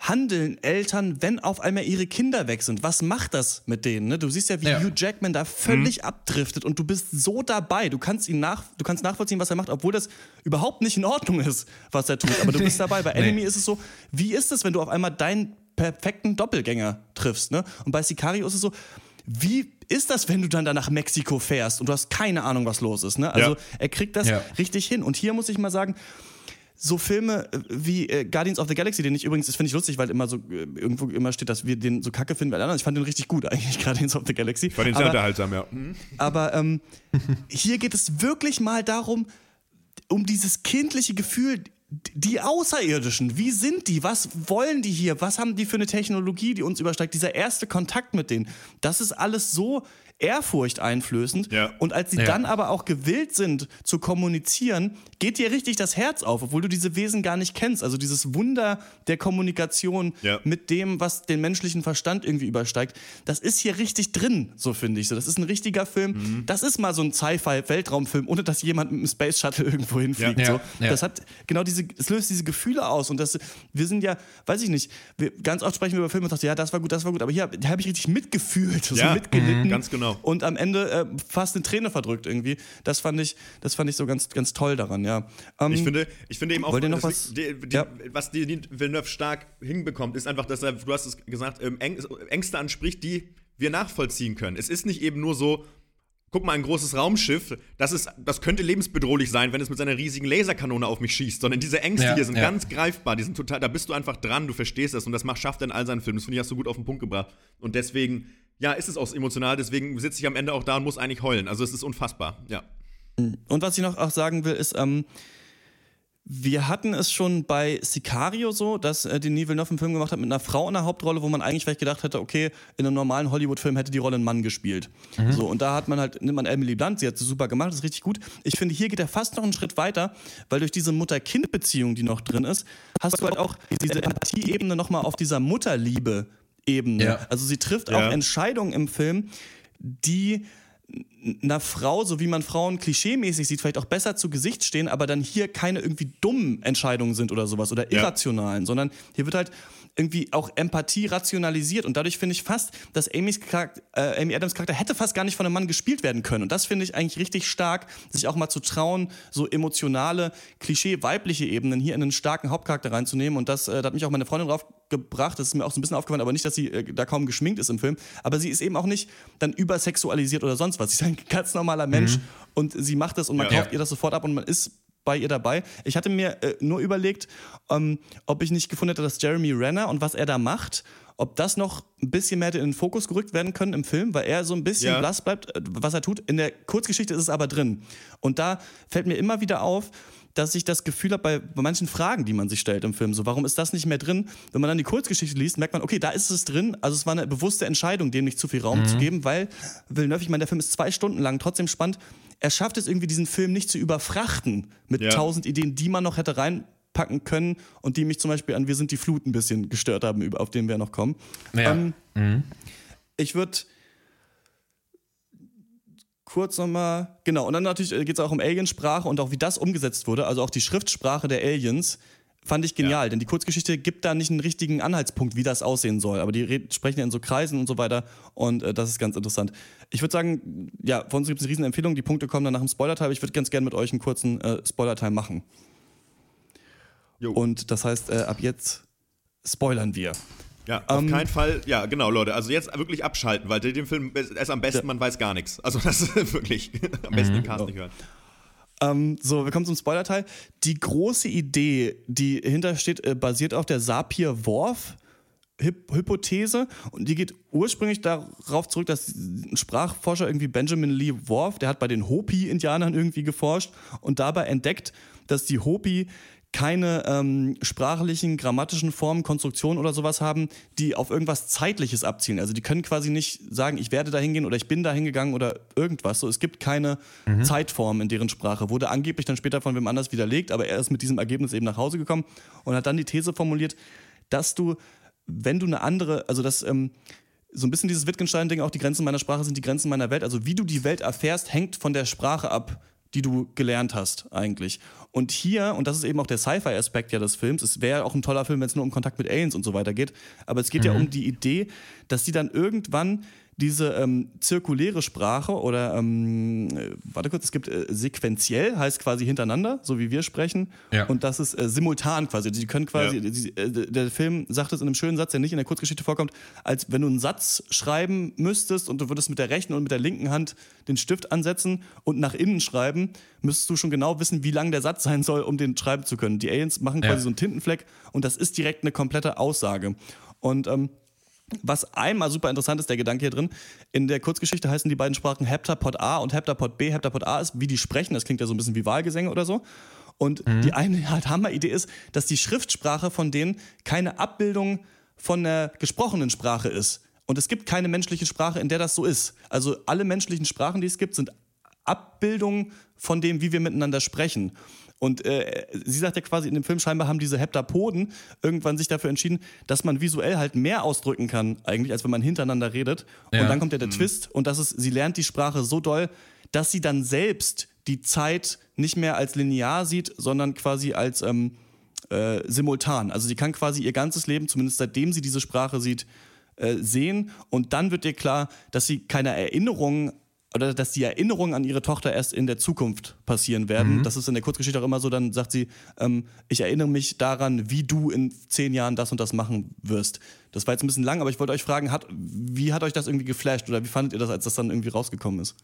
handeln Eltern, wenn auf einmal ihre Kinder weg sind? Was macht das mit denen? Ne? Du siehst ja, wie Hugh Jackman da völlig abdriftet und du bist so dabei. Du kannst nachvollziehen, was er macht, obwohl das überhaupt nicht in Ordnung ist, was er tut. Aber du bist dabei. Bei Enemy ist es so, wie ist es, wenn du auf einmal deinen perfekten Doppelgänger triffst? Ne? Und bei Sicario ist es so, wie ist das, wenn du dann da nach Mexiko fährst und du hast keine Ahnung, was los ist? Ne? Also er kriegt das richtig hin. Und hier muss ich mal sagen, so Filme wie Guardians of the Galaxy, den ich übrigens, das finde ich lustig, weil immer so irgendwo immer steht, dass wir den so kacke finden wie alle anderen. Ich fand den richtig gut eigentlich, Guardians of the Galaxy. Ich fand den sehr unterhaltsam, ja. Aber hier geht es wirklich mal darum, um dieses kindliche Gefühl, die Außerirdischen, wie sind die? Was wollen die hier? Was haben die für eine Technologie, die uns übersteigt? Dieser erste Kontakt mit denen, das ist alles so ehrfurchteinflößend. Ja. Und als sie dann aber auch gewillt sind zu kommunizieren, geht dir richtig das Herz auf, obwohl du diese Wesen gar nicht kennst. Also dieses Wunder der Kommunikation mit dem, was den menschlichen Verstand irgendwie übersteigt, das ist hier richtig drin, so finde ich. So, das ist ein richtiger Film. Das ist mal so ein Sci-Fi-Weltraumfilm, ohne dass jemand mit einem Space Shuttle irgendwo hinfliegt. Ja. So. Das hat genau es löst diese Gefühle aus. Und wir sind ja, weiß ich nicht, ganz oft sprechen wir über Filme und sagen, ja, das war gut. Aber hier habe ich richtig mitgefühlt, so mitgelitten. Ganz genau. Und am Ende fast eine Träne verdrückt irgendwie. Das fand ich so ganz, ganz toll daran, ja. Ich finde eben auch, was Denis Villeneuve stark hinbekommt, ist einfach, dass er, du hast es gesagt, Ängste anspricht, die wir nachvollziehen können. Es ist nicht eben nur so, guck mal, ein großes Raumschiff, das könnte lebensbedrohlich sein, wenn es mit seiner riesigen Laserkanone auf mich schießt. Sondern diese Ängste hier sind ganz greifbar, die sind total, da bist du einfach dran, du verstehst das und das schafft er in all seinen Filmen. Das finde ich, hast du gut auf den Punkt gebracht. Und deswegen, ist es auch emotional, deswegen sitze ich am Ende auch da und muss eigentlich heulen. Also es ist unfassbar, ja. Und was ich noch auch sagen will, ist, wir hatten es schon bei Sicario so, dass Denis Villeneuve einen Film gemacht hat mit einer Frau in der Hauptrolle, wo man eigentlich vielleicht gedacht hätte, okay, in einem normalen Hollywood-Film hätte die Rolle ein Mann gespielt. So, und da nimmt man Emily Blunt, sie hat es super gemacht, das ist richtig gut. Ich finde, hier geht er fast noch einen Schritt weiter, weil durch diese Mutter-Kind-Beziehung, die noch drin ist, hast du halt auch diese Empathie-Ebene nochmal auf dieser Mutterliebe-Ebene. Ja. Also sie trifft auch Entscheidungen im Film, die einer Frau, so wie man Frauen klischeemäßig sieht, vielleicht auch besser zu Gesicht stehen, aber dann hier keine irgendwie dummen Entscheidungen sind oder sowas oder irrationalen, sondern hier wird halt irgendwie auch Empathie rationalisiert und dadurch finde ich fast, dass Amy Adams Charakter hätte fast gar nicht von einem Mann gespielt werden können und das finde ich eigentlich richtig stark, sich auch mal zu trauen, so emotionale, klischee-weibliche Ebenen hier in einen starken Hauptcharakter reinzunehmen und da hat mich auch meine Freundin drauf gebracht, das ist mir auch so ein bisschen aufgefallen, aber nicht, dass sie da kaum geschminkt ist im Film, aber sie ist eben auch nicht dann übersexualisiert oder sonst was, sie ist ein ganz normaler Mensch und sie macht das und man kauft ihr das sofort ab und man ist bei ihr dabei. Ich hatte mir nur überlegt, ob ich nicht gefunden hätte, dass Jeremy Renner und was er da macht, ob das noch ein bisschen mehr in den Fokus gerückt werden können im Film, weil er so ein bisschen blass bleibt, was er tut. In der Kurzgeschichte ist es aber drin. Und da fällt mir immer wieder auf, dass ich das Gefühl habe, bei manchen Fragen, die man sich stellt im Film, so, warum ist das nicht mehr drin? Wenn man dann die Kurzgeschichte liest, merkt man, okay, da ist es drin. Also es war eine bewusste Entscheidung, dem nicht zu viel Raum zu geben, weil Villeneuve, ich meine, der Film ist 2 Stunden lang, trotzdem spannend. Er schafft es irgendwie, diesen Film nicht zu überfrachten mit 1000 Ideen, die man noch hätte reinpacken können und die mich zum Beispiel an Wir sind die Flut ein bisschen gestört haben, auf den wir noch kommen. Ja. Ich würde kurz nochmal, genau, und dann natürlich geht es auch um Aliensprache und auch wie das umgesetzt wurde, also auch die Schriftsprache der Aliens, fand ich genial, denn die Kurzgeschichte gibt da nicht einen richtigen Anhaltspunkt, wie das aussehen soll, aber die sprechen ja in so Kreisen und so weiter und das ist ganz interessant. Ich würde sagen, ja, von uns gibt es eine riesen Empfehlung, die Punkte kommen dann nach dem Spoiler-Teil, ich würde ganz gerne mit euch einen kurzen Spoiler-Teil machen. Jo. Und das heißt, ab jetzt spoilern wir. Ja, auf keinen Fall. Ja, genau, Leute. Also jetzt wirklich abschalten, weil den Film ist am besten, man weiß gar nichts. Also das ist wirklich am besten den Cast nicht hören. So, wir kommen zum Spoiler-Teil. Die große Idee, die hintersteht, basiert auf der Sapir-Whorf-Hypothese. Und die geht ursprünglich darauf zurück, dass ein Sprachforscher irgendwie Benjamin Lee Whorf, der hat bei den Hopi-Indianern irgendwie geforscht und dabei entdeckt, dass die Hopi keine sprachlichen, grammatischen Formen, Konstruktionen oder sowas haben, die auf irgendwas Zeitliches abzielen. Also die können quasi nicht sagen, ich werde da hingehen oder ich bin da hingegangen oder irgendwas. So, es gibt keine Zeitform in deren Sprache. Wurde angeblich dann später von wem anders widerlegt, aber er ist mit diesem Ergebnis eben nach Hause gekommen und hat dann die These formuliert, dass du, wenn du eine andere, also das so ein bisschen dieses Wittgenstein-Ding, auch die Grenzen meiner Sprache sind die Grenzen meiner Welt. Also wie du die Welt erfährst, hängt von der Sprache ab, die du gelernt hast eigentlich. Und hier, und das ist eben auch der Sci-Fi-Aspekt ja des Films, es wäre auch ein toller Film, wenn es nur um Kontakt mit Aliens und so weiter geht, aber es geht ja um die Idee, dass die dann irgendwann diese zirkuläre Sprache oder, warte kurz, es gibt sequenziell, heißt quasi hintereinander, so wie wir sprechen, und das ist simultan quasi. Die können quasi, der Film sagt es in einem schönen Satz, der nicht in der Kurzgeschichte vorkommt, als wenn du einen Satz schreiben müsstest und du würdest mit der rechten und mit der linken Hand den Stift ansetzen und nach innen schreiben, müsstest du schon genau wissen, wie lang der Satz sein soll, um den schreiben zu können. Die Aliens machen quasi so einen Tintenfleck und das ist direkt eine komplette Aussage. Und was einmal super interessant ist, der Gedanke hier drin, in der Kurzgeschichte heißen die beiden Sprachen Heptapod A und Heptapod B. Heptapod A ist, wie die sprechen, das klingt ja so ein bisschen wie Wahlgesänge oder so. Und die eine halt Hammeridee ist, dass die Schriftsprache von denen keine Abbildung von der gesprochenen Sprache ist. Und es gibt keine menschliche Sprache, in der das so ist. Also alle menschlichen Sprachen, die es gibt, sind Abbildungen von dem, wie wir miteinander sprechen. Und sie sagt ja quasi in dem Film, scheinbar haben diese Heptapoden irgendwann sich dafür entschieden, dass man visuell halt mehr ausdrücken kann, eigentlich, als wenn man hintereinander redet. Und dann kommt ja der Twist und das ist, sie lernt die Sprache so doll, dass sie dann selbst die Zeit nicht mehr als linear sieht, sondern quasi als simultan. Also sie kann quasi ihr ganzes Leben, zumindest seitdem sie diese Sprache sieht, sehen. Und dann wird ihr klar, dass sie keine Erinnerungen oder dass die Erinnerungen an ihre Tochter erst in der Zukunft passieren werden. Das ist in der Kurzgeschichte auch immer so, dann sagt sie, ich erinnere mich daran, wie du in 10 Jahren das und das machen wirst. Das war jetzt ein bisschen lang, aber ich wollte euch fragen, wie hat euch das irgendwie geflasht oder wie fandet ihr das, als das dann irgendwie rausgekommen ist?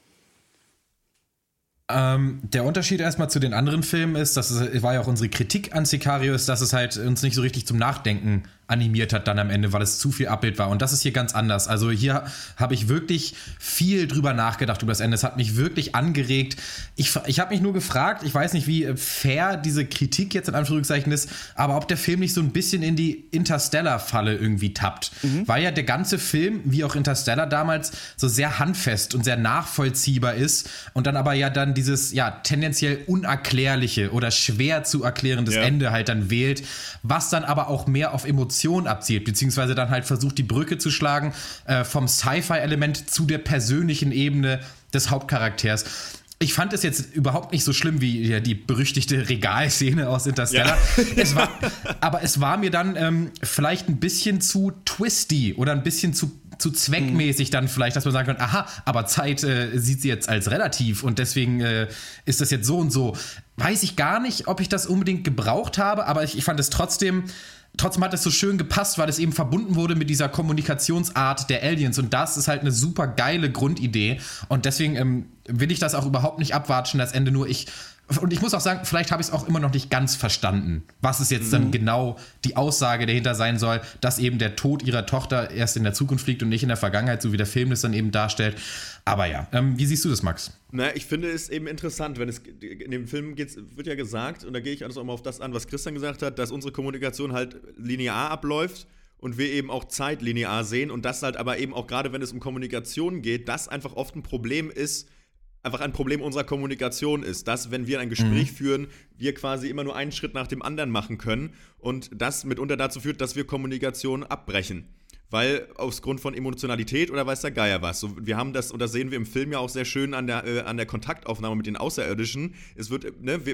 Der Unterschied erstmal zu den anderen Filmen ist, war ja auch unsere Kritik an Sicarius, dass es halt uns nicht so richtig zum Nachdenken animiert hat dann am Ende, weil es zu viel Abbild war. Und das ist hier ganz anders. Also hier habe ich wirklich viel drüber nachgedacht über das Ende. Es hat mich wirklich angeregt. Ich habe mich nur gefragt, ich weiß nicht, wie fair diese Kritik jetzt in Anführungszeichen ist, aber ob der Film nicht so ein bisschen in die Interstellar-Falle irgendwie tappt. Weil ja der ganze Film, wie auch Interstellar damals, so sehr handfest und sehr nachvollziehbar ist und dann aber ja dann dieses tendenziell unerklärliche oder schwer zu erklärendes Ende halt dann wählt, was dann aber auch mehr auf Emotionen abzielt, beziehungsweise dann halt versucht, die Brücke zu schlagen vom Sci-Fi-Element zu der persönlichen Ebene des Hauptcharakters. Ich fand es jetzt überhaupt nicht so schlimm wie die berüchtigte Regalszene aus Interstellar. Ja. Es war mir dann vielleicht ein bisschen zu twisty oder ein bisschen zu zweckmäßig dann vielleicht, dass man sagen kann, aha, aber Zeit sieht sie jetzt als relativ und deswegen ist das jetzt so und so. Weiß ich gar nicht, ob ich das unbedingt gebraucht habe, aber ich fand es trotzdem hat es so schön gepasst, weil es eben verbunden wurde mit dieser Kommunikationsart der Aliens und das ist halt eine super geile Grundidee und deswegen will ich das auch überhaupt nicht abwatschen, das Ende nur und ich muss auch sagen, vielleicht habe ich es auch immer noch nicht ganz verstanden, was es jetzt dann genau die Aussage dahinter sein soll, dass eben der Tod ihrer Tochter erst in der Zukunft liegt und nicht in der Vergangenheit, so wie der Film das dann eben darstellt. Aber ja, wie siehst du das, Max? Na, ich finde es eben interessant, wenn es in dem Film wird ja gesagt, und da gehe ich alles auch mal auf das an, was Christian gesagt hat, dass unsere Kommunikation halt linear abläuft und wir eben auch Zeit linear sehen und das halt aber eben auch gerade, wenn es um Kommunikation geht, das einfach oft ein Problem ist, einfach ein Problem unserer Kommunikation ist, dass, wenn wir ein Gespräch führen, wir quasi immer nur einen Schritt nach dem anderen machen können und das mitunter dazu führt, dass wir Kommunikation abbrechen. Weil aus Grund von Emotionalität oder weiß der Geier was. So, wir haben das, und das sehen wir im Film ja auch sehr schön an der Kontaktaufnahme mit den Außerirdischen. Es wird,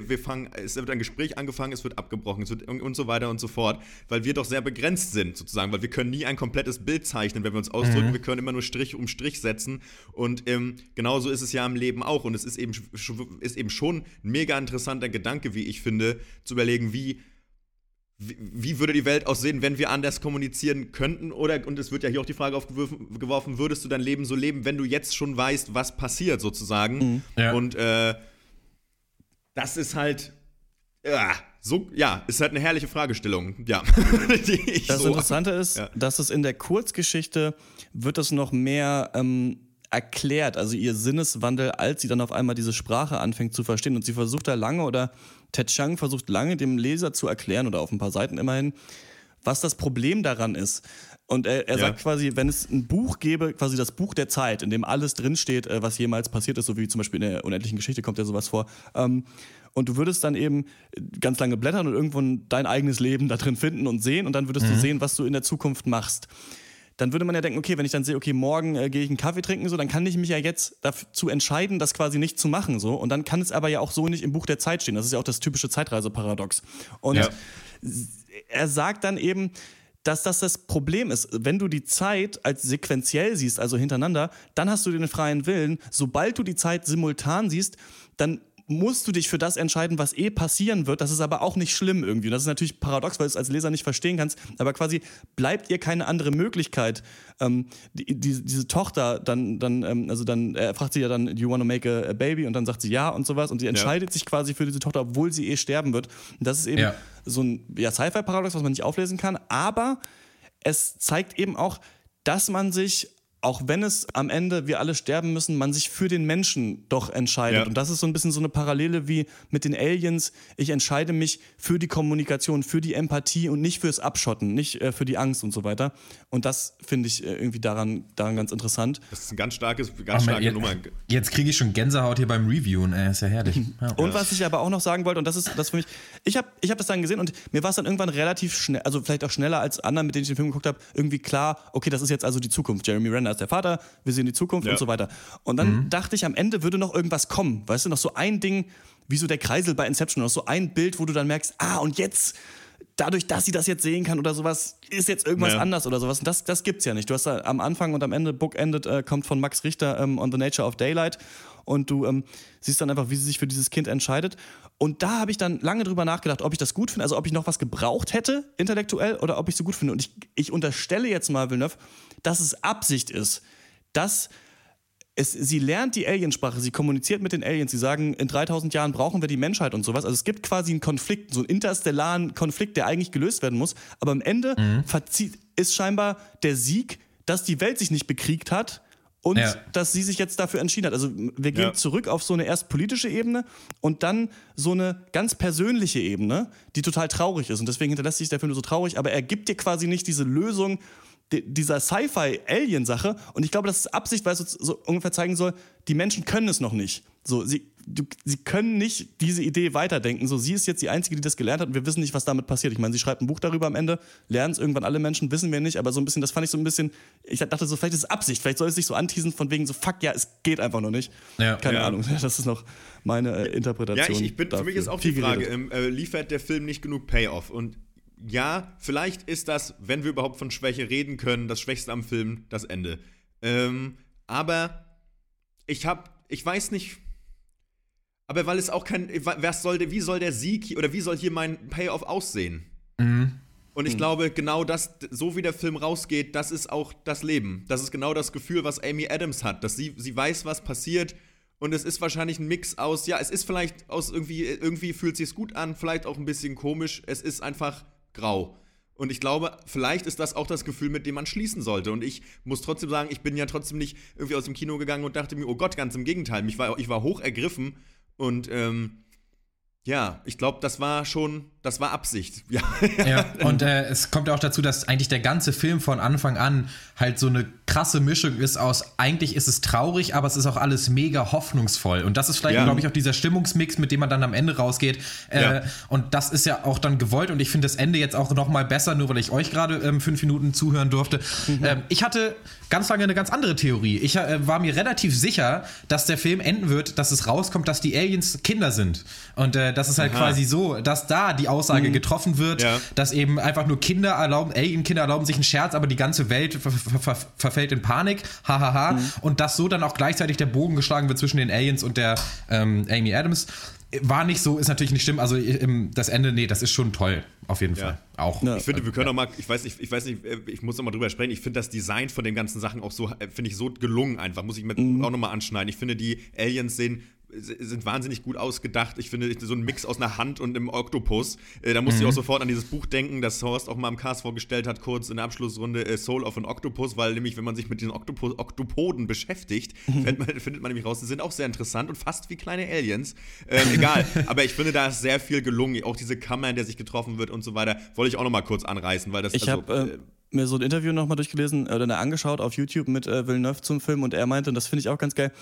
es wird ein Gespräch angefangen, es wird abgebrochen, es wird und so weiter und so fort, weil wir doch sehr begrenzt sind, sozusagen, weil wir können nie ein komplettes Bild zeichnen, wenn wir uns ausdrücken, wir können immer nur Strich um Strich setzen und genauso ist es ja im Leben auch und es ist eben schon ein mega interessanter Gedanke, wie ich finde, zu überlegen, wie würde die Welt aussehen, wenn wir anders kommunizieren könnten? Und es wird ja hier auch die Frage aufgeworfen, würdest du dein Leben so leben, wenn du jetzt schon weißt, was passiert, sozusagen? Ja. Und das ist halt, ist halt eine herrliche Fragestellung. Ja. Das Interessante ist, dass es in der Kurzgeschichte wird es noch mehr erklärt, also ihr Sinneswandel, als sie dann auf einmal diese Sprache anfängt zu verstehen. Und sie versucht da lange, oder Ted Chiang versucht lange, dem Leser zu erklären, oder auf ein paar Seiten immerhin, was das Problem daran ist. Und er sagt quasi, wenn es ein Buch gäbe, quasi das Buch der Zeit, in dem alles drinsteht, was jemals passiert ist, so wie zum Beispiel in der unendlichen Geschichte kommt ja sowas vor, und du würdest dann eben ganz lange blättern und irgendwo dein eigenes Leben da drin finden und sehen, und dann würdest du sehen, was du in der Zukunft machst. dann würde man ja denken, okay, wenn ich dann sehe, okay, morgen gehe ich einen Kaffee trinken, so, dann kann ich mich ja jetzt dazu entscheiden, das quasi nicht zu machen, so. Und dann kann es aber ja auch so nicht im Buch der Zeit stehen. Das ist ja auch das typische Zeitreiseparadox. Und er sagt dann eben, dass das Problem ist. Wenn du die Zeit als sequenziell siehst, also hintereinander, dann hast du den freien Willen. Sobald du die Zeit simultan siehst, dann musst du dich für das entscheiden, was passieren wird. Das ist aber auch nicht schlimm irgendwie. Das ist natürlich paradox, weil du es als Leser nicht verstehen kannst. Aber quasi bleibt ihr keine andere Möglichkeit. Diese Tochter er fragt sie ja dann, do you want to make a baby? Und dann sagt sie ja und sowas. Und sie entscheidet sich quasi für diese Tochter, obwohl sie sterben wird. Und das ist eben so ein Sci-Fi-Paradox, was man nicht auflesen kann. Aber es zeigt eben auch, dass man sich, auch wenn es am Ende wir alle sterben müssen, man sich für den Menschen doch entscheidet. Ja. Und das ist so ein bisschen so eine Parallele wie mit den Aliens. Ich entscheide mich für die Kommunikation, für die Empathie und nicht fürs Abschotten, nicht für die Angst und so weiter. Und das finde ich irgendwie daran ganz interessant. Das ist ein ganz starke Nummer. Jetzt kriege ich schon Gänsehaut hier beim Reviewen. Ist ja herrlich. Ja. Und was ich aber auch noch sagen wollte, und das ist das für mich, ich hab das dann gesehen und mir war es dann irgendwann relativ schnell, also vielleicht auch schneller als anderen, mit denen ich den Film geguckt habe, irgendwie klar, okay, das ist jetzt also die Zukunft. Jeremy Renner ist der Vater, wir sehen die Zukunft und so weiter. Und dann dachte ich, am Ende würde noch irgendwas kommen. Weißt du, noch so ein Ding, wie so der Kreisel bei Inception, noch so ein Bild, wo du dann merkst, und jetzt, dadurch, dass sie das jetzt sehen kann oder sowas, ist jetzt irgendwas anders oder sowas. Und das gibt's ja nicht. Du hast da am Anfang und am Ende, Bookended, kommt von Max Richter On the Nature of Daylight. Und du siehst dann einfach, wie sie sich für dieses Kind entscheidet. Und da habe ich dann lange drüber nachgedacht, ob ich das gut finde, also ob ich noch was gebraucht hätte, intellektuell, oder ob ich es so gut finde. Und ich unterstelle jetzt mal Villeneuve, dass es Absicht ist, dass sie lernt die Aliensprache, sie kommuniziert mit den Aliens, sie sagen, in 3000 Jahren brauchen wir die Menschheit und sowas. Also es gibt quasi einen Konflikt, so einen interstellaren Konflikt, der eigentlich gelöst werden muss. Aber am Ende ist scheinbar der Sieg, dass die Welt sich nicht bekriegt hat und dass sie sich jetzt dafür entschieden hat. Also wir gehen zurück auf so eine erst politische Ebene und dann so eine ganz persönliche Ebene, die total traurig ist. Und deswegen hinterlässt sich der Film so traurig, aber er gibt dir quasi nicht diese Lösung dieser Sci-Fi-Alien-Sache. Und ich glaube, das ist Absicht, weil es so ungefähr zeigen soll, die Menschen können es noch nicht. So, sie können nicht diese Idee weiterdenken. So, sie ist jetzt die Einzige, die das gelernt hat und wir wissen nicht, was damit passiert. Ich meine, sie schreibt ein Buch darüber am Ende, lernen es irgendwann alle Menschen, wissen wir nicht, aber so ein bisschen, das fand ich so ein bisschen, ich dachte so, vielleicht ist es Absicht, vielleicht soll es sich so anteasen von wegen so, fuck, ja, es geht einfach noch nicht. Keine Ahnung, das ist noch meine Interpretation. Für mich ist auch die Frage, liefert der Film nicht genug Payoff? Und ja, vielleicht ist das, wenn wir überhaupt von Schwäche reden können, das Schwächste am Film, das Ende. Aber ich weiß nicht, aber weil es auch wie soll der Sieg oder wie soll hier mein Payoff aussehen? Und ich glaube, genau das, so wie der Film rausgeht, das ist auch das Leben. Das ist genau das Gefühl, was Amy Adams hat, dass sie weiß, was passiert. Und es ist wahrscheinlich ein Mix aus, es ist vielleicht aus irgendwie fühlt es sich gut an, vielleicht auch ein bisschen komisch, es ist einfach grau. Und ich glaube, vielleicht ist das auch das Gefühl, mit dem man schließen sollte. Und ich muss trotzdem sagen, ich bin ja trotzdem nicht irgendwie aus dem Kino gegangen und dachte mir, oh Gott, ganz im Gegenteil, ich war hoch ergriffen und ich glaube, das war Absicht. Und es kommt auch dazu, dass eigentlich der ganze Film von Anfang an halt so eine krasse Mischung ist aus, eigentlich ist es traurig, aber es ist auch alles mega hoffnungsvoll. Und das ist vielleicht, glaube ich, auch dieser Stimmungsmix, mit dem man dann am Ende rausgeht. Und das ist ja auch dann gewollt. Und ich finde das Ende jetzt auch noch mal besser, nur weil ich euch gerade 5 Minuten zuhören durfte. Ich hatte ganz lange eine ganz andere Theorie. Ich war mir relativ sicher, dass der Film enden wird, dass es rauskommt, dass die Aliens Kinder sind. Und das ist halt quasi so, dass da die Aussage getroffen wird, dass eben einfach nur Alien-Kinder erlauben sich einen Scherz, aber die ganze Welt verfällt in Panik, und dass so dann auch gleichzeitig der Bogen geschlagen wird zwischen den Aliens und der Amy Adams. War nicht so, ist natürlich nicht schlimm, also das Ende, das ist schon toll, auf jeden Fall. Auch. Ich finde, wir können noch mal, ich weiß nicht, ich muss noch mal drüber sprechen, ich finde das Design von den ganzen Sachen auch so, finde ich so gelungen einfach, muss ich mir auch noch mal anschneiden. Ich finde, die Aliens sind wahnsinnig gut ausgedacht. Ich finde, so ein Mix aus einer Hand und einem Oktopus. Da musste ich auch sofort an dieses Buch denken, das Horst auch mal im Cast vorgestellt hat, kurz in der Abschlussrunde, Soul of an Octopus, weil nämlich, wenn man sich mit diesen Oktopoden beschäftigt, findet man nämlich raus, die sind auch sehr interessant und fast wie kleine Aliens. Egal, aber ich finde, da ist sehr viel gelungen. Auch diese Kammer, in der sich getroffen wird und so weiter, wollte ich auch noch mal kurz anreißen, weil das Ich habe mir so ein Interview nochmal durchgelesen oder angeschaut auf YouTube mit Villeneuve zum Film und er meinte, und das finde ich auch ganz geil,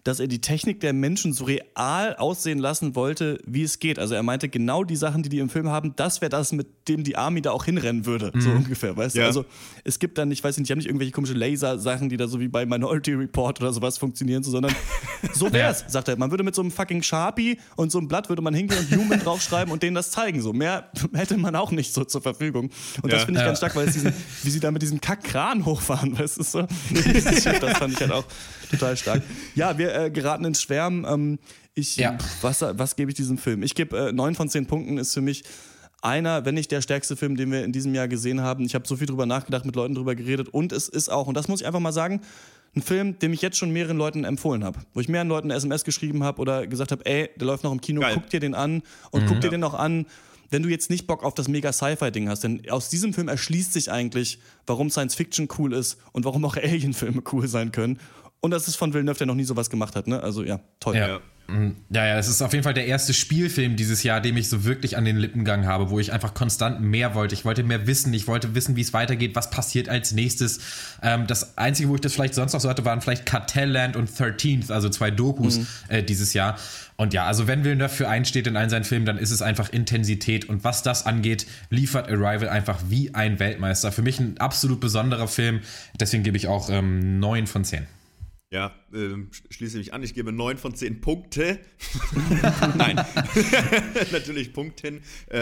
dass er die Technik der Menschen so real aussehen lassen wollte, wie es geht. Also er meinte, genau die Sachen, die im Film haben, das wäre das, mit dem die Army da auch hinrennen würde, so ungefähr, weißt du? Also es gibt dann, ich weiß nicht, die haben nicht irgendwelche komische Laser-Sachen, die da so wie bei Minority Report oder sowas funktionieren, sondern so wär's, sagt er. Man würde mit so einem fucking Sharpie und so einem Blatt würde man hingehen und Human draufschreiben und denen das zeigen. So mehr hätte man auch nicht so zur Verfügung. Und das finde ich ganz stark, weil es wie sie da mit diesem Kackkran hochfahren, weißt du so? Das fand ich halt auch total stark. Ja, wir geraten ins Schwärmen. Was gebe ich diesem Film? Ich gebe 9 von 10 Punkten, ist für mich einer, wenn nicht der stärkste Film, den wir in diesem Jahr gesehen haben. Ich habe so viel drüber nachgedacht, mit Leuten drüber geredet und es ist auch, und das muss ich einfach mal sagen, ein Film, den ich jetzt schon mehreren Leuten empfohlen habe. Wo ich mehreren Leuten eine SMS geschrieben habe oder gesagt habe, ey, der läuft noch im Kino, guck dir den an und guck dir den auch an, wenn du jetzt nicht Bock auf das mega Sci-Fi-Ding hast. Denn aus diesem Film erschließt sich eigentlich, warum Science-Fiction cool ist und warum auch Alien-Filme cool sein können. Und das ist von Villeneuve, der noch nie sowas gemacht hat, ne? Also ja, toll. Ja, es ist auf jeden Fall der erste Spielfilm dieses Jahr, dem ich so wirklich an den Lippen gegangen habe, wo ich einfach konstant mehr wollte. Ich wollte mehr wissen, ich wollte wissen, wie es weitergeht, was passiert als nächstes. Das Einzige, wo ich das vielleicht sonst noch so hatte, waren vielleicht Cartelland und 13th, also 2 Dokus dieses Jahr. Und ja, also wenn Villeneuve für einen steht in allen seinen Filmen, dann ist es einfach Intensität. Und was das angeht, liefert Arrival einfach wie ein Weltmeister. Für mich ein absolut besonderer Film. Deswegen gebe ich auch 9 von 10. Ja, schließe mich an, ich gebe 9 von 10 Punkte. Nein, natürlich Punkten.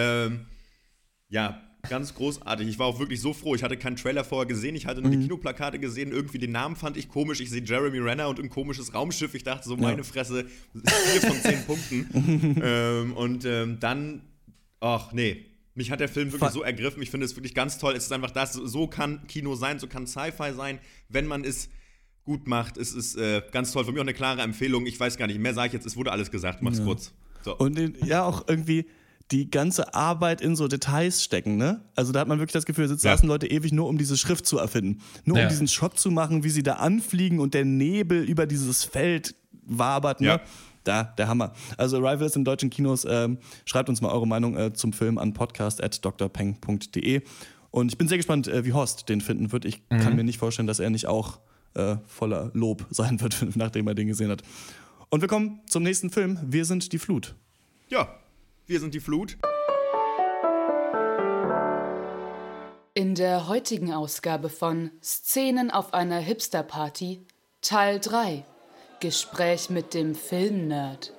Ja, ganz großartig. Ich war auch wirklich so froh. Ich hatte keinen Trailer vorher gesehen, ich hatte nur die Kinoplakate gesehen. Irgendwie den Namen fand ich komisch. Ich sehe Jeremy Renner und ein komisches Raumschiff. Ich dachte so, meine Fresse, 4 von 10 Punkten. Dann, ach nee, mich hat der Film wirklich so ergriffen. Ich finde es wirklich ganz toll. Es ist einfach das, so kann Kino sein, so kann Sci-Fi sein, wenn man es gut macht. Es ist ganz toll. Für mich auch eine klare Empfehlung. Ich weiß gar nicht, mehr sage ich jetzt. Es wurde alles gesagt. Mach's kurz. So. Und auch irgendwie die ganze Arbeit in so Details stecken, ne? Also da hat man wirklich das Gefühl, saßen Leute ewig nur, um diese Schrift zu erfinden. Nur um diesen Shot zu machen, wie sie da anfliegen und der Nebel über dieses Feld wabert, ne? Ja. Der Hammer. Also Arrival ist in deutschen Kinos. Schreibt uns mal eure Meinung zum Film an podcast@drpeng.de. Und ich bin sehr gespannt, wie Horst den finden wird. Ich kann mir nicht vorstellen, dass er nicht auch voller Lob sein wird, nachdem er den gesehen hat. Und wir kommen zum nächsten Film. Wir sind die Flut. Ja, wir sind die Flut. In der heutigen Ausgabe von Szenen auf einer Hipster-Party, Teil 3. Gespräch mit dem Filmnerd.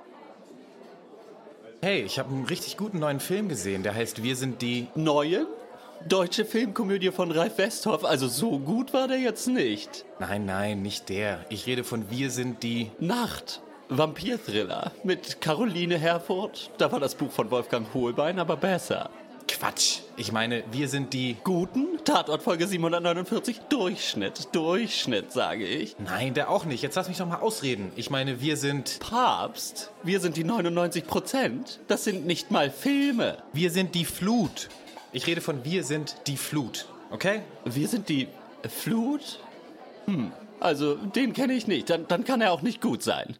Hey, ich habe einen richtig guten neuen Film gesehen, der heißt Wir sind die... Neue? Deutsche Filmkomödie von Ralf Westhoff, also so gut war der jetzt nicht. Nein, nicht der. Ich rede von Wir sind die... Nacht. Vampir-Thriller mit Caroline Herfurth. Da war das Buch von Wolfgang Hohlbein aber besser. Quatsch. Ich meine, wir sind die... Guten? Tatortfolge 749. Durchschnitt, sage ich. Nein, der auch nicht. Jetzt lass mich doch mal ausreden. Ich meine, wir sind... Papst. Wir sind die 99%. Das sind nicht mal Filme. Wir sind die Flut. Ich rede von Wir sind die Flut. Okay? Wir sind die Flut? Also, den kenne ich nicht. Dann kann er auch nicht gut sein.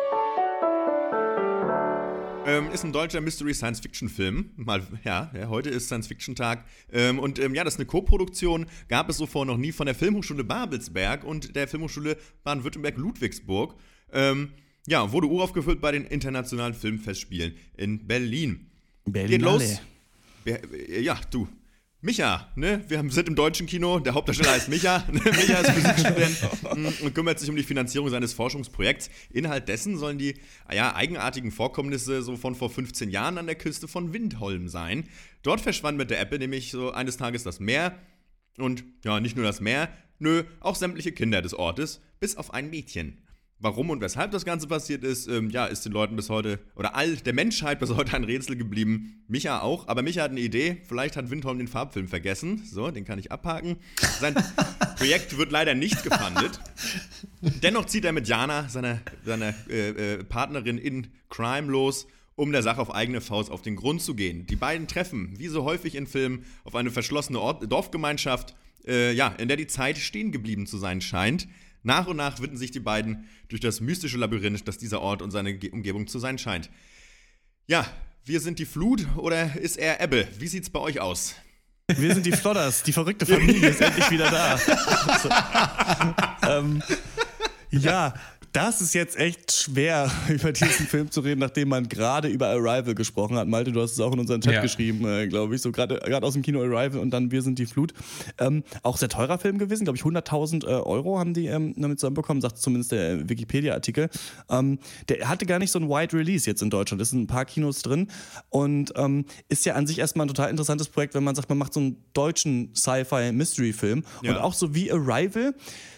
Ist ein deutscher Mystery-Science-Fiction-Film. Heute ist Science-Fiction-Tag. Das ist eine Co-Produktion. Gab es so vorher noch nie von der Filmhochschule Babelsberg und der Filmhochschule Baden-Württemberg-Ludwigsburg. Wurde uraufgeführt bei den Internationalen Filmfestspielen in Berlin. Geht los. Ja, du. Micha, ne? Wir sind im deutschen Kino, der Hauptdarsteller heißt Micha. Micha ist Physikstudent und kümmert sich um die Finanzierung seines Forschungsprojekts. Inhalt dessen sollen die eigenartigen Vorkommnisse so von vor 15 Jahren an der Küste von Windholm sein. Dort verschwand mit der Ebbe nämlich so eines Tages das Meer. Und ja, nicht nur das Meer, auch sämtliche Kinder des Ortes, bis auf ein Mädchen. Warum und weshalb das Ganze passiert ist, ist den Leuten bis heute, oder all der Menschheit bis heute ein Rätsel geblieben. Micha auch, aber Micha hat eine Idee. Vielleicht hat Windholm den Farbfilm vergessen. So, den kann ich abhaken. Sein Projekt wird leider nicht gefundet. Dennoch zieht er mit Jana, seiner Partnerin in Crime, los, um der Sache auf eigene Faust auf den Grund zu gehen. Die beiden treffen, wie so häufig in Filmen, auf eine verschlossene Dorfgemeinschaft, in der die Zeit stehen geblieben zu sein scheint. Nach und nach witten sich die beiden durch das mystische Labyrinth, das dieser Ort und seine Umgebung zu sein scheint. Ja, wir sind die Flut oder ist er Ebbe? Wie sieht's bei euch aus? Wir sind die Flodders, die verrückte Familie ist endlich wieder da. Das ist jetzt echt schwer, über diesen Film zu reden, nachdem man gerade über Arrival gesprochen hat. Malte, du hast es auch in unseren Chat geschrieben, glaube ich, so gerade aus dem Kino Arrival und dann Wir sind die Flut. Auch sehr teurer Film gewesen, glaube ich, 100.000 Euro haben die damit zusammenbekommen, sagt zumindest der Wikipedia-Artikel. Der hatte gar nicht so ein Wide Release jetzt in Deutschland, ist in ein paar Kinos drin und ist ja an sich erstmal ein total interessantes Projekt, wenn man sagt, man macht so einen deutschen Sci-Fi-Mystery-Film und auch so wie Arrival.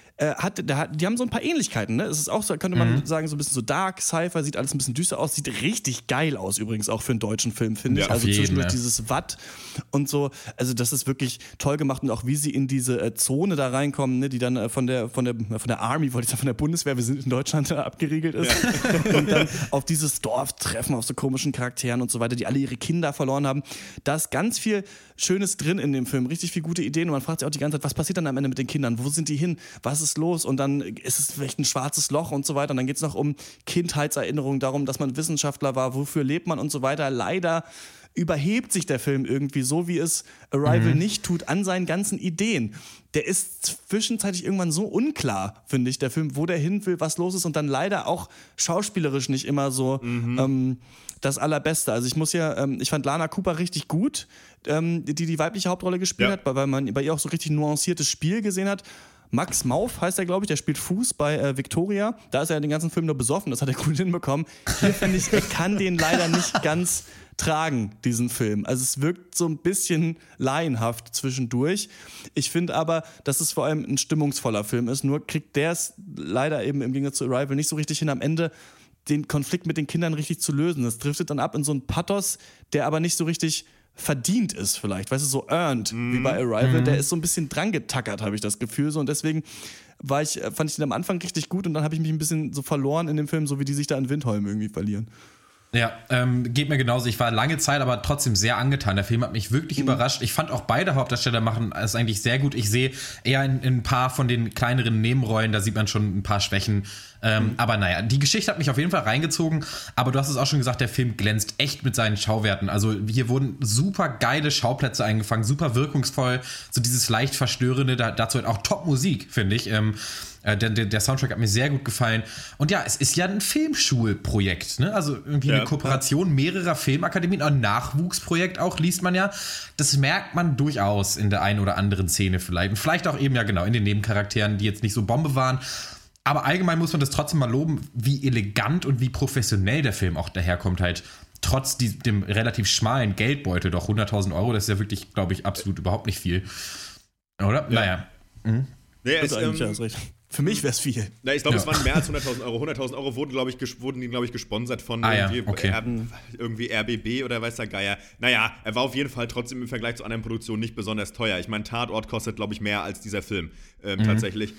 Die haben so ein paar Ähnlichkeiten, ne? Es ist auch so, könnte man sagen, so ein bisschen so Dark, Sci-Fi, sieht alles ein bisschen düster aus, sieht richtig geil aus übrigens auch für einen deutschen Film, finde ich. Also zwischendurch dieses Watt und so, also das ist wirklich toll gemacht und auch wie sie in diese Zone da reinkommen, ne, die dann von der Army, wollte ich sagen, von der Bundeswehr, wir sind in Deutschland, abgeriegelt ist und dann auf dieses Dorf treffen, auf so komischen Charakteren und so weiter, die alle ihre Kinder verloren haben. Da ist ganz viel Schönes drin in dem Film, richtig viele gute Ideen und man fragt sich auch die ganze Zeit, was passiert dann am Ende mit den Kindern, wo sind die hin, was ist los und dann ist es vielleicht ein schwarzes Loch und so weiter und dann geht es noch um Kindheitserinnerungen, darum, dass man Wissenschaftler war, wofür lebt man und so weiter. Leider überhebt sich der Film irgendwie so, wie es Arrival nicht tut, an seinen ganzen Ideen. Der ist zwischenzeitlich irgendwann so unklar, finde ich, der Film, wo der hin will, was los ist und dann leider auch schauspielerisch nicht immer so das Allerbeste. Also ich fand Lana Cooper richtig gut, die weibliche Hauptrolle gespielt hat, weil man bei ihr auch so richtig nuanciertes Spiel gesehen hat. Max Mauf heißt er, glaube ich, der spielt Fuß bei Victoria. Da ist er den ganzen Film nur besoffen, das hat er gut hinbekommen. Hier finde ich, er kann den leider nicht ganz tragen, diesen Film. Also es wirkt so ein bisschen laienhaft zwischendurch. Ich finde aber, dass es vor allem ein stimmungsvoller Film ist. Nur kriegt der es leider eben im Gegensatz zu Arrival nicht so richtig hin, am Ende den Konflikt mit den Kindern richtig zu lösen. Das driftet dann ab in so einen Pathos, der aber nicht so richtig verdient ist vielleicht, weißt du, so earned, wie bei Arrival, der ist so ein bisschen dran getackert, habe ich das Gefühl, so und deswegen fand ich den am Anfang richtig gut und dann habe ich mich ein bisschen so verloren in dem Film, so wie die sich da in Windholm irgendwie verlieren. Ja, geht mir genauso. Ich war lange Zeit aber trotzdem sehr angetan. Der Film hat mich wirklich überrascht. Ich fand auch beide Hauptdarsteller machen es eigentlich sehr gut. Ich sehe eher in ein paar von den kleineren Nebenrollen, da sieht man schon ein paar Schwächen. Aber naja, die Geschichte hat mich auf jeden Fall reingezogen. Aber du hast es auch schon gesagt, der Film glänzt echt mit seinen Schauwerten. Also hier wurden super geile Schauplätze eingefangen, super wirkungsvoll. So dieses leicht Verstörende, dazu halt auch Top-Musik, finde ich. Der Soundtrack hat mir sehr gut gefallen. Und ja, es ist ja ein Filmschulprojekt, ne? Also irgendwie eine Kooperation mehrerer Filmakademien, ein Nachwuchsprojekt auch, liest man ja. Das merkt man durchaus in der einen oder anderen Szene vielleicht. Und vielleicht auch eben, ja genau, in den Nebencharakteren, die jetzt nicht so Bombe waren. Aber allgemein muss man das trotzdem mal loben, wie elegant und wie professionell der Film auch daherkommt halt. Trotz dem relativ schmalen Geldbeutel, doch 100.000 Euro, das ist ja wirklich, glaube ich, absolut überhaupt nicht viel. Oder? Ja. Naja. Nee, hast recht. Für mich wäre es viel. Na, ich glaube, es waren mehr als 100.000 Euro. 100.000 Euro wurden die gesponsert von irgendwie RBB oder weiß der Geier. Naja, er war auf jeden Fall trotzdem im Vergleich zu anderen Produktionen nicht besonders teuer. Ich meine, Tatort kostet, glaube ich, mehr als dieser Film tatsächlich.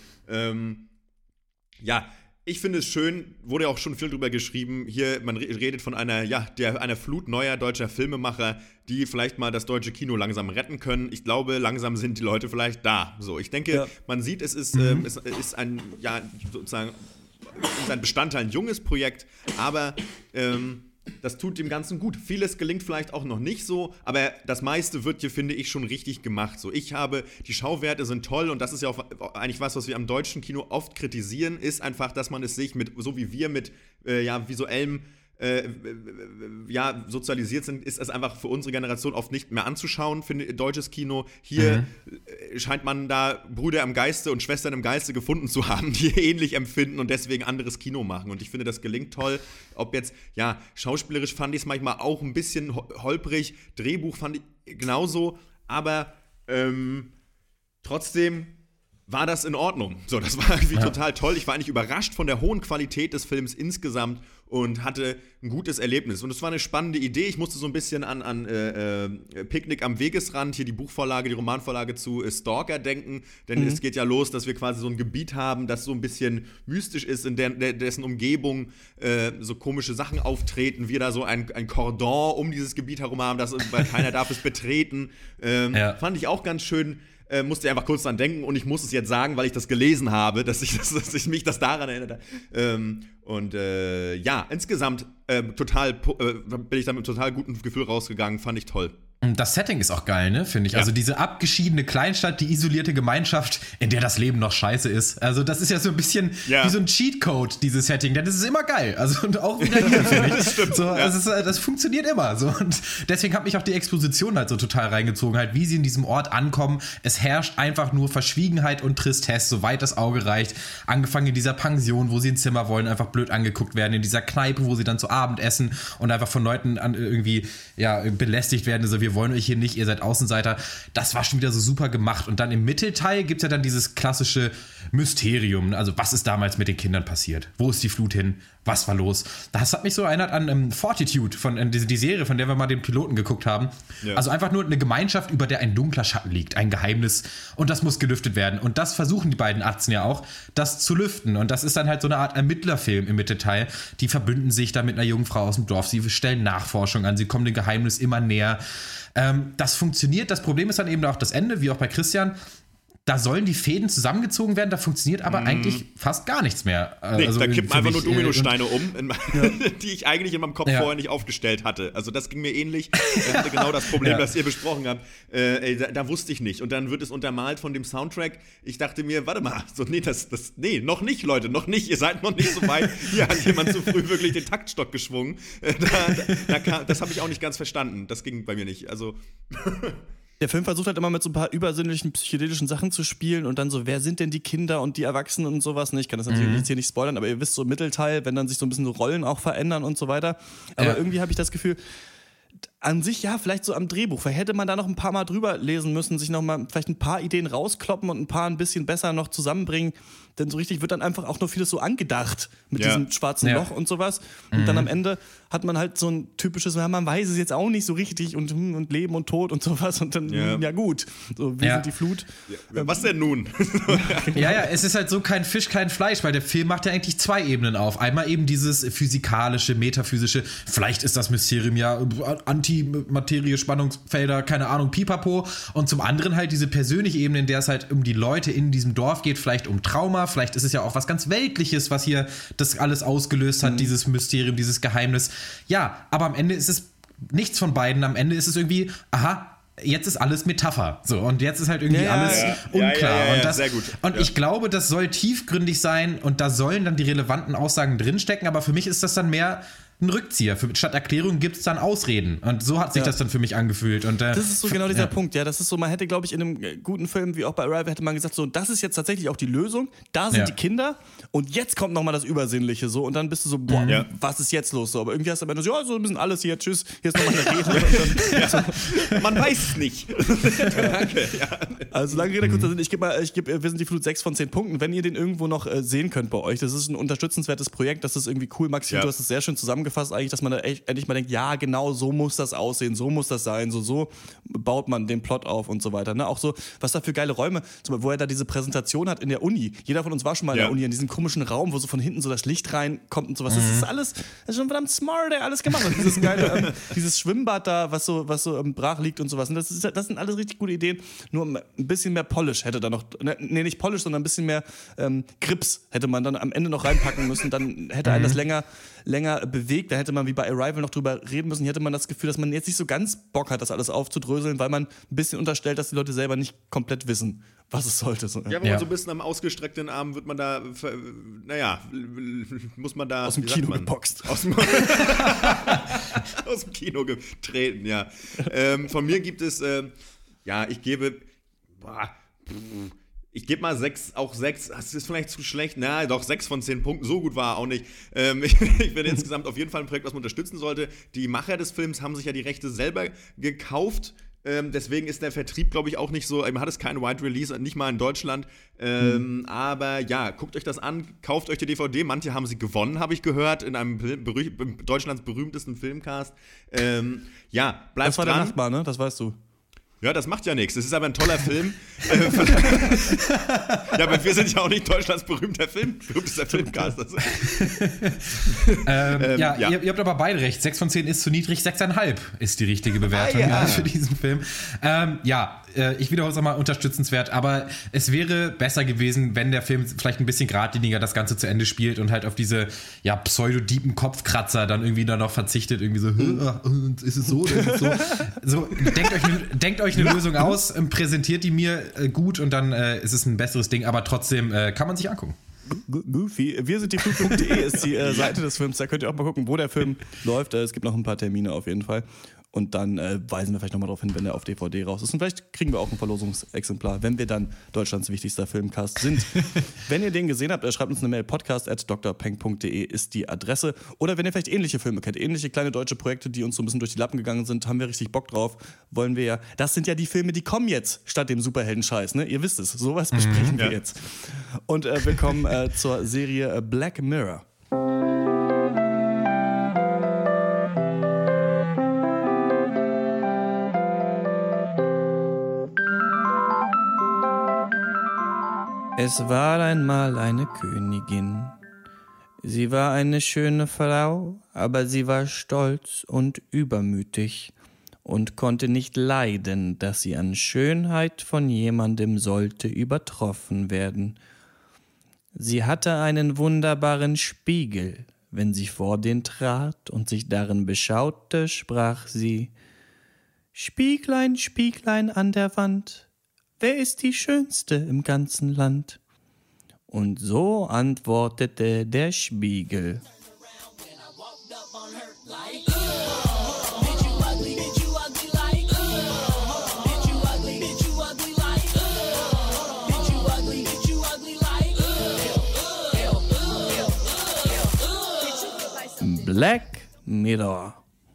Ja, ich finde es schön, wurde ja auch schon viel drüber geschrieben. Hier, man redet von einer Flut neuer deutscher Filmemacher, die vielleicht mal das deutsche Kino langsam retten können. Ich glaube, langsam sind die Leute vielleicht da. So, ich denke, man sieht, es ist ein, sozusagen, ein Bestandteil, ein junges Projekt, aber das tut dem Ganzen gut. Vieles gelingt vielleicht auch noch nicht so, aber das meiste wird hier, finde ich, schon richtig gemacht. So, die Schauwerte sind toll und das ist ja auch eigentlich was wir am deutschen Kino oft kritisieren, ist einfach, dass man es sich so wie wir mit visuellem sozialisiert sind, ist es einfach für unsere Generation oft nicht mehr anzuschauen, finde deutsches Kino. Hier scheint man da Brüder im Geiste und Schwestern im Geiste gefunden zu haben, die ähnlich empfinden und deswegen anderes Kino machen. Und ich finde, das gelingt toll. Ob jetzt, schauspielerisch fand ich es manchmal auch ein bisschen holprig, Drehbuch fand ich genauso, aber trotzdem war das in Ordnung. So, das war irgendwie total toll. Ich war eigentlich überrascht von der hohen Qualität des Films insgesamt und hatte ein gutes Erlebnis. Und es war eine spannende Idee. Ich musste so ein bisschen an Picknick am Wegesrand, hier die Romanvorlage zu Stalker denken. Denn es geht ja los, dass wir quasi so ein Gebiet haben, das so ein bisschen mystisch ist, in dessen Umgebung so komische Sachen auftreten. Wir da so ein Cordon um dieses Gebiet herum haben, weil keiner darf es betreten. Fand ich auch ganz schön. Musste einfach kurz dran denken und ich muss es jetzt sagen, weil ich das gelesen habe, dass ich mich das daran erinnert habe. Insgesamt bin ich da mit einem total guten Gefühl rausgegangen, fand ich toll. Das Setting ist auch geil, ne, finde ich. Ja. Also diese abgeschiedene Kleinstadt, die isolierte Gemeinschaft, in der das Leben noch scheiße ist. Also das ist ja so ein bisschen wie so ein Cheatcode, dieses Setting. Denn das ist immer geil. Also und auch wieder hier, finde ich. Das stimmt. So, das funktioniert immer. So. Und deswegen hat mich auch die Exposition halt so total reingezogen, halt wie sie in diesem Ort ankommen. Es herrscht einfach nur Verschwiegenheit und Tristesse, soweit das Auge reicht. Angefangen in dieser Pension, wo sie ein Zimmer wollen, einfach blöd angeguckt werden. In dieser Kneipe, wo sie dann zu Abend essen und einfach von Leuten irgendwie belästigt werden. So, wir wollen euch hier nicht, ihr seid Außenseiter. Das war schon wieder so super gemacht. Und dann im Mittelteil gibt es ja dann dieses klassische Mysterium. Also was ist damals mit den Kindern passiert? Wo ist die Flut hin? Was war los? Das hat mich so erinnert an Fortitude, die Serie, von der wir mal den Piloten geguckt haben. Ja. Also einfach nur eine Gemeinschaft, über der ein dunkler Schatten liegt, ein Geheimnis. Und das muss gelüftet werden. Und das versuchen die beiden Atzen ja auch, das zu lüften. Und das ist dann halt so eine Art Ermittlerfilm im Mittelteil. Die verbünden sich da mit einer jungen Frau aus dem Dorf. Sie stellen Nachforschung an. Sie kommen dem Geheimnis immer näher. Das funktioniert. Das Problem ist dann eben auch das Ende, wie auch bei Christian. Da sollen die Fäden zusammengezogen werden, da funktioniert aber eigentlich fast gar nichts mehr. Nee, da kippen einfach nur Dominosteine die ich eigentlich in meinem Kopf vorher nicht aufgestellt hatte. Also das ging mir ähnlich. Ich hatte genau das Problem, das ihr besprochen habt. Da wusste ich nicht. Und dann wird es untermalt von dem Soundtrack. Ich dachte mir, warte mal, so, nee, noch nicht, Leute, noch nicht. Ihr seid noch nicht so weit. Hier hat jemand zu früh wirklich den Taktstock geschwungen. Das habe ich auch nicht ganz verstanden. Das ging bei mir nicht. Also Der Film versucht halt immer mit so ein paar übersinnlichen, psychedelischen Sachen zu spielen und dann so, wer sind denn die Kinder und die Erwachsenen und sowas. Ich kann das natürlich jetzt hier nicht spoilern, aber ihr wisst so im Mittelteil, wenn dann sich so ein bisschen so Rollen auch verändern und so weiter. Aber irgendwie habe ich das Gefühl, an sich, vielleicht so am Drehbuch. Vielleicht hätte man da noch ein paar Mal drüber lesen müssen, sich noch mal vielleicht ein paar Ideen rauskloppen und ein paar ein bisschen besser noch zusammenbringen. Denn so richtig wird dann einfach auch nur vieles so angedacht mit diesem schwarzen Loch und sowas. Und dann am Ende hat man halt so ein typisches, man weiß es jetzt auch nicht so richtig und Leben und Tod und sowas. Und dann, gut, so, wie sind die Flut? Ja. Was denn nun? Es ist halt so kein Fisch, kein Fleisch, weil der Film macht ja eigentlich zwei Ebenen auf. Einmal eben dieses physikalische, metaphysische, vielleicht ist das Mysterium ja Antimaterie, Spannungsfelder, keine Ahnung, pipapo. Und zum anderen halt diese persönliche Ebene, in der es halt um die Leute in diesem Dorf geht, vielleicht um Trauma, vielleicht ist es ja auch was ganz Weltliches, was hier das alles ausgelöst hat, dieses Mysterium, dieses Geheimnis. Ja, aber am Ende ist es nichts von beiden. Am Ende ist es irgendwie, jetzt ist alles Metapher. So, und jetzt ist halt irgendwie alles unklar. Und sehr gut. Und ich glaube, das soll tiefgründig sein und da sollen dann die relevanten Aussagen drinstecken, aber für mich ist das dann mehr ein Rückzieher. Statt Erklärung gibt es dann Ausreden. Und so hat sich das dann für mich angefühlt. Und, das ist so genau dieser Punkt. Ja, das ist so, man hätte, glaube ich, in einem guten Film, wie auch bei Arrival, hätte man gesagt, so, das ist jetzt tatsächlich auch die Lösung. Da sind die Kinder und jetzt kommt nochmal das Übersinnliche. So, und dann bist du so, was ist jetzt los? So, aber irgendwie hast du am Ende so, so ein bisschen alles hier, tschüss, hier ist nochmal eine Rede. Man weiß es nicht. Danke. Also, lange Rede, kurzer Sinn. Wir sind die Flut 6 von 10 Punkten. Wenn ihr den irgendwo noch sehen könnt bei euch, das ist ein unterstützenswertes Projekt, das ist irgendwie cool. Maxi, du hast es sehr schön zusammengefasst eigentlich, dass man da endlich mal denkt, ja, genau, so muss das aussehen, so muss das sein, so baut man den Plot auf und so weiter. Ne? Auch so, was da für geile Räume, zum Beispiel, wo er da diese Präsentation hat in der Uni. Jeder von uns war schon mal in der Uni, in diesem komischen Raum, wo so von hinten so das Licht reinkommt und sowas. Das ist alles, das ist schon verdammt smart, der alles gemacht hat. Dieses geile, dieses Schwimmbad da, was so brach liegt und sowas. Und das sind alles richtig gute Ideen. Nur ein bisschen mehr Polish hätte da noch, nicht Polish, sondern ein bisschen mehr Grips hätte man dann am Ende noch reinpacken müssen. Dann hätte einen das länger bewegt. Da hätte man wie bei Arrival noch drüber reden müssen. Hier hätte man das Gefühl, dass man jetzt nicht so ganz Bock hat, das alles aufzudröseln, weil man ein bisschen unterstellt, dass die Leute selber nicht komplett wissen, was es sollte. Ja, wenn man so ein bisschen am ausgestreckten Arm wird man da, muss man da... Aus dem Kino geboxt. Aus dem Kino getreten, ja. Von mir gibt es, ich gebe mal 6, das ist vielleicht zu schlecht, doch 6 von 10 Punkten, so gut war er auch nicht. Ich finde insgesamt auf jeden Fall ein Projekt, was man unterstützen sollte. Die Macher des Films haben sich ja die Rechte selber gekauft, deswegen ist der Vertrieb, glaube ich, auch nicht so, hat es keinen Wide Release, nicht mal in Deutschland. Aber ja, guckt euch das an, kauft euch die DVD, manche haben sie gewonnen, habe ich gehört, in einem Deutschlands berühmtesten Filmcast. Bleibt dran. Das war der Nachbar, ne? Das weißt du. Ja, das macht ja nichts. Das ist aber ein toller Film. Ja, aber wir sind ja auch nicht Deutschlands berühmtester Filmcast. Also. Ihr habt aber beide recht. 6 von 10 ist zu niedrig, 6,5 ist die richtige Bewertung für diesen Film. Ich wiederhole es nochmal, unterstützenswert, aber es wäre besser gewesen, wenn der Film vielleicht ein bisschen geradliniger das Ganze zu Ende spielt und halt auf diese pseudo-diepen Kopfkratzer dann irgendwie da noch verzichtet. Irgendwie so, ist es so, ist es so? So, denkt euch eine Lösung aus, präsentiert die mir gut und dann ist es ein besseres Ding, aber trotzdem kann man sich angucken. Goofy. Wir sind die Flut.de ist die Seite des Films, da könnt ihr auch mal gucken, wo der Film läuft. Es gibt noch ein paar Termine auf jeden Fall. Und dann weisen wir vielleicht nochmal darauf hin, wenn der auf DVD raus ist. Und vielleicht kriegen wir auch ein Verlosungsexemplar, wenn wir dann Deutschlands wichtigster Filmcast sind. Wenn ihr den gesehen habt, schreibt uns eine Mail. podcast@drpeng.de ist die Adresse. Oder wenn ihr vielleicht ähnliche Filme kennt, ähnliche kleine deutsche Projekte, die uns so ein bisschen durch die Lappen gegangen sind, haben wir richtig Bock drauf. Wollen wir ja. Das sind ja die Filme, die kommen jetzt statt dem Superhelden-Scheiß. Ne? Ihr wisst es. Sowas besprechen wir jetzt. Und willkommen zur Serie Black Mirror. Es war einmal eine Königin. Sie war eine schöne Frau, aber sie war stolz und übermütig und konnte nicht leiden, dass sie an Schönheit von jemandem sollte übertroffen werden. Sie hatte einen wunderbaren Spiegel. Wenn sie vor den trat und sich darin beschaute, sprach sie: »Spieglein, Spieglein an der Wand, wer ist die Schönste im ganzen Land?« Und so antwortete der Spiegel. Black Mirror.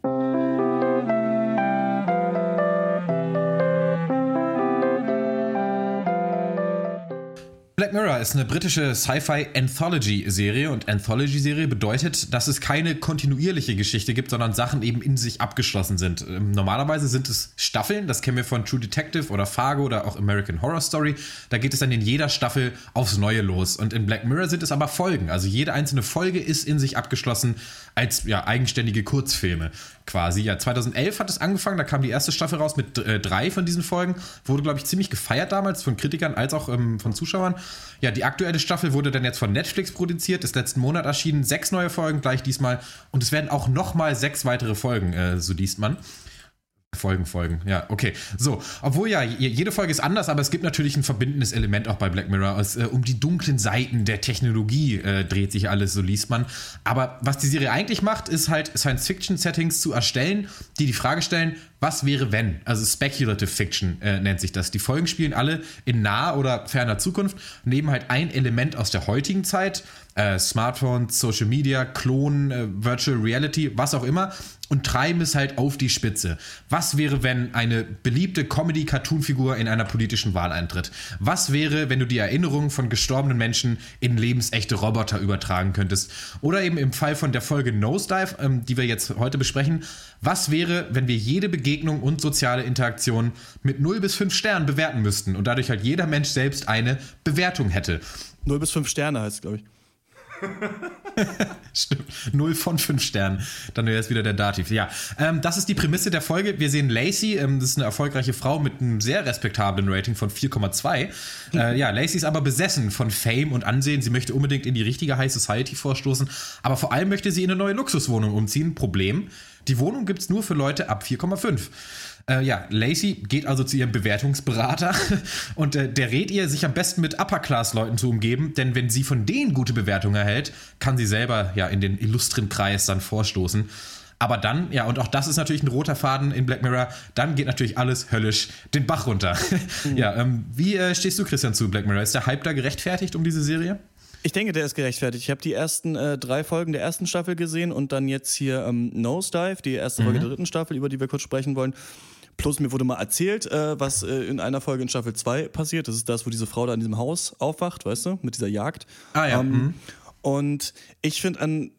Black Mirror ist eine britische Sci-Fi-Anthology-Serie und Anthology-Serie bedeutet, dass es keine kontinuierliche Geschichte gibt, sondern Sachen eben in sich abgeschlossen sind. Normalerweise sind es Staffeln, das kennen wir von True Detective oder Fargo oder auch American Horror Story. Da geht es dann in jeder Staffel aufs Neue los. Und in Black Mirror sind es aber Folgen. Also jede einzelne Folge ist in sich abgeschlossen als eigenständige Kurzfilme quasi. Ja, 2011 hat es angefangen, da kam die erste Staffel raus mit 3 von diesen Folgen. Wurde, glaube ich, ziemlich gefeiert damals von Kritikern als auch von Zuschauern. Ja, die aktuelle Staffel wurde dann jetzt von Netflix produziert, ist letzten Monat erschienen, 6 neue Folgen gleich diesmal und es werden auch nochmal 6 weitere Folgen, so liest man. Folgen, ja, okay. So, obwohl jede Folge ist anders, aber es gibt natürlich ein verbindendes Element auch bei Black Mirror. Um die dunklen Seiten der Technologie dreht sich alles, so liest man. Aber was die Serie eigentlich macht, ist halt Science-Fiction-Settings zu erstellen, die Frage stellen, was wäre wenn? Also Speculative Fiction nennt sich das. Die Folgen spielen alle in naher oder ferner Zukunft, nehmen halt ein Element aus der heutigen Zeit, Smartphones, Social Media, Klonen, Virtual Reality, was auch immer, und treiben es halt auf die Spitze. Was wäre, wenn eine beliebte Comedy-Cartoon-Figur in einer politischen Wahl eintritt? Was wäre, wenn du die Erinnerungen von gestorbenen Menschen in lebensechte Roboter übertragen könntest? Oder eben im Fall von der Folge Nosedive, die wir jetzt heute besprechen, was wäre, wenn wir jede Begegnung und soziale Interaktion mit 0 bis 5 Sternen bewerten müssten und dadurch halt jeder Mensch selbst eine Bewertung hätte? 0 bis 5 Sterne heißt es, glaube ich. Stimmt, 0 von 5 Sternen. Dann wäre jetzt wieder der Dativ. Ja, das ist die Prämisse der Folge. Wir sehen Lacey, das ist eine erfolgreiche Frau mit einem sehr respektablen Rating von 4,2. Lacey ist aber besessen von Fame und Ansehen. Sie möchte unbedingt in die richtige High Society vorstoßen, aber vor allem möchte sie in eine neue Luxuswohnung umziehen. Problem: die Wohnung gibt es nur für Leute ab 4,5. Lacey geht also zu ihrem Bewertungsberater und der rät ihr, sich am besten mit Upper-Class-Leuten zu umgeben, denn wenn sie von denen gute Bewertungen erhält, kann sie selber in den illustren Kreis dann vorstoßen. Aber dann, und auch das ist natürlich ein roter Faden in Black Mirror, dann geht natürlich alles höllisch den Bach runter. Wie stehst du, Christian, zu Black Mirror? Ist der Hype da gerechtfertigt um diese Serie? Ich denke, der ist gerechtfertigt. Ich habe die ersten 3 Folgen der ersten Staffel gesehen und dann jetzt hier Nosedive, die erste Folge der 3. Staffel, über die wir kurz sprechen wollen. Plus mir wurde mal erzählt, was in einer Folge in Staffel 2 passiert. Das ist das, wo diese Frau da in diesem Haus aufwacht, weißt du, mit dieser Jagd. Und ich finde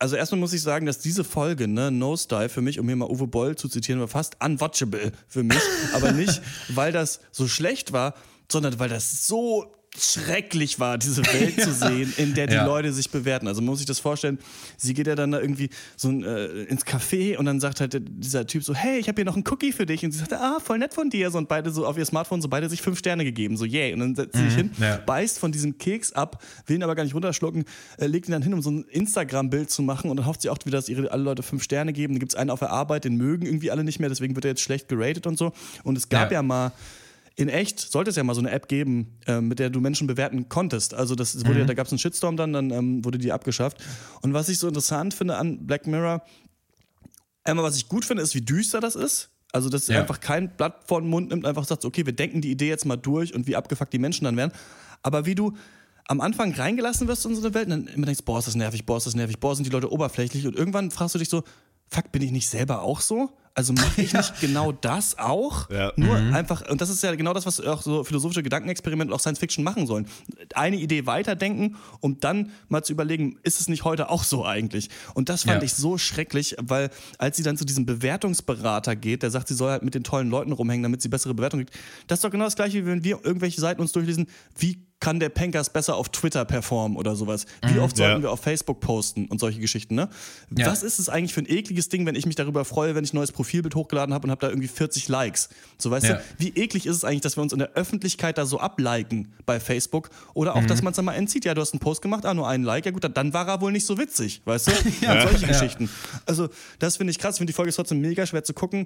Also erstmal muss ich sagen, dass diese Folge, ne, Nosedive für mich, um hier mal Uwe Boll zu zitieren, war fast unwatchable für mich. Aber nicht, weil das so schlecht war, sondern weil das so schrecklich war, diese Welt zu sehen, in der die Leute sich bewerten. Also man muss sich das vorstellen, sie geht ja dann da irgendwie so ins Café und dann sagt halt dieser Typ so, hey, ich habe hier noch einen Cookie für dich. Und sie sagt, voll nett von dir. So, und beide so auf ihr Smartphone, so beide sich 5 Sterne gegeben. So, yay. Und dann setzt sie sich hin, beißt von diesem Keks ab, will ihn aber gar nicht runterschlucken, legt ihn dann hin, um so ein Instagram-Bild zu machen. Und dann hofft sie auch wieder, dass alle Leute 5 Sterne geben. Dann gibt es einen auf der Arbeit, den mögen irgendwie alle nicht mehr, deswegen wird er jetzt schlecht geratet und so. Und es gab ja mal in echt sollte es ja mal so eine App geben, mit der du Menschen bewerten konntest. Also das wurde da gab es einen Shitstorm dann wurde die abgeschafft. Und was ich so interessant finde an Black Mirror, einmal was ich gut finde, ist, wie düster das ist. Also dass einfach kein Blatt vor den Mund nimmt, einfach sagt, okay, wir denken die Idee jetzt mal durch und wie abgefuckt die Menschen dann werden. Aber wie du am Anfang reingelassen wirst in so eine Welt und dann immer denkst, boah, ist das nervig, boah, sind die Leute oberflächlich. Und irgendwann fragst du dich so, fuck, bin ich nicht selber auch so? Also mache ich nicht genau das auch? Ja. Nur einfach, und das ist ja genau das, was auch so philosophische Gedankenexperimente und auch Science-Fiction machen sollen. Eine Idee weiterdenken, um dann mal zu überlegen, ist es nicht heute auch so eigentlich? Und das fand ich so schrecklich, weil als sie dann zu diesem Bewertungsberater geht, der sagt, sie soll halt mit den tollen Leuten rumhängen, damit sie bessere Bewertungen kriegt. Das ist doch genau das Gleiche, wie wenn wir irgendwelche Seiten uns durchlesen, wie kann der Pencast besser auf Twitter performen oder sowas? Wie oft sollten wir auf Facebook posten und solche Geschichten, ne? Ja. Was ist es eigentlich für ein ekliges Ding, wenn ich mich darüber freue, wenn ich ein neues Profilbild hochgeladen habe und habe da irgendwie 40 Likes? So, weißt du, wie eklig ist es eigentlich, dass wir uns in der Öffentlichkeit da so abliken bei Facebook? Oder auch, dass man es dann mal entzieht. Ja, du hast einen Post gemacht, nur einen Like, ja gut, dann war er wohl nicht so witzig, weißt du? Solche Geschichten. Also, das finde ich krass. Ich finde, die Folge ist trotzdem mega schwer zu gucken.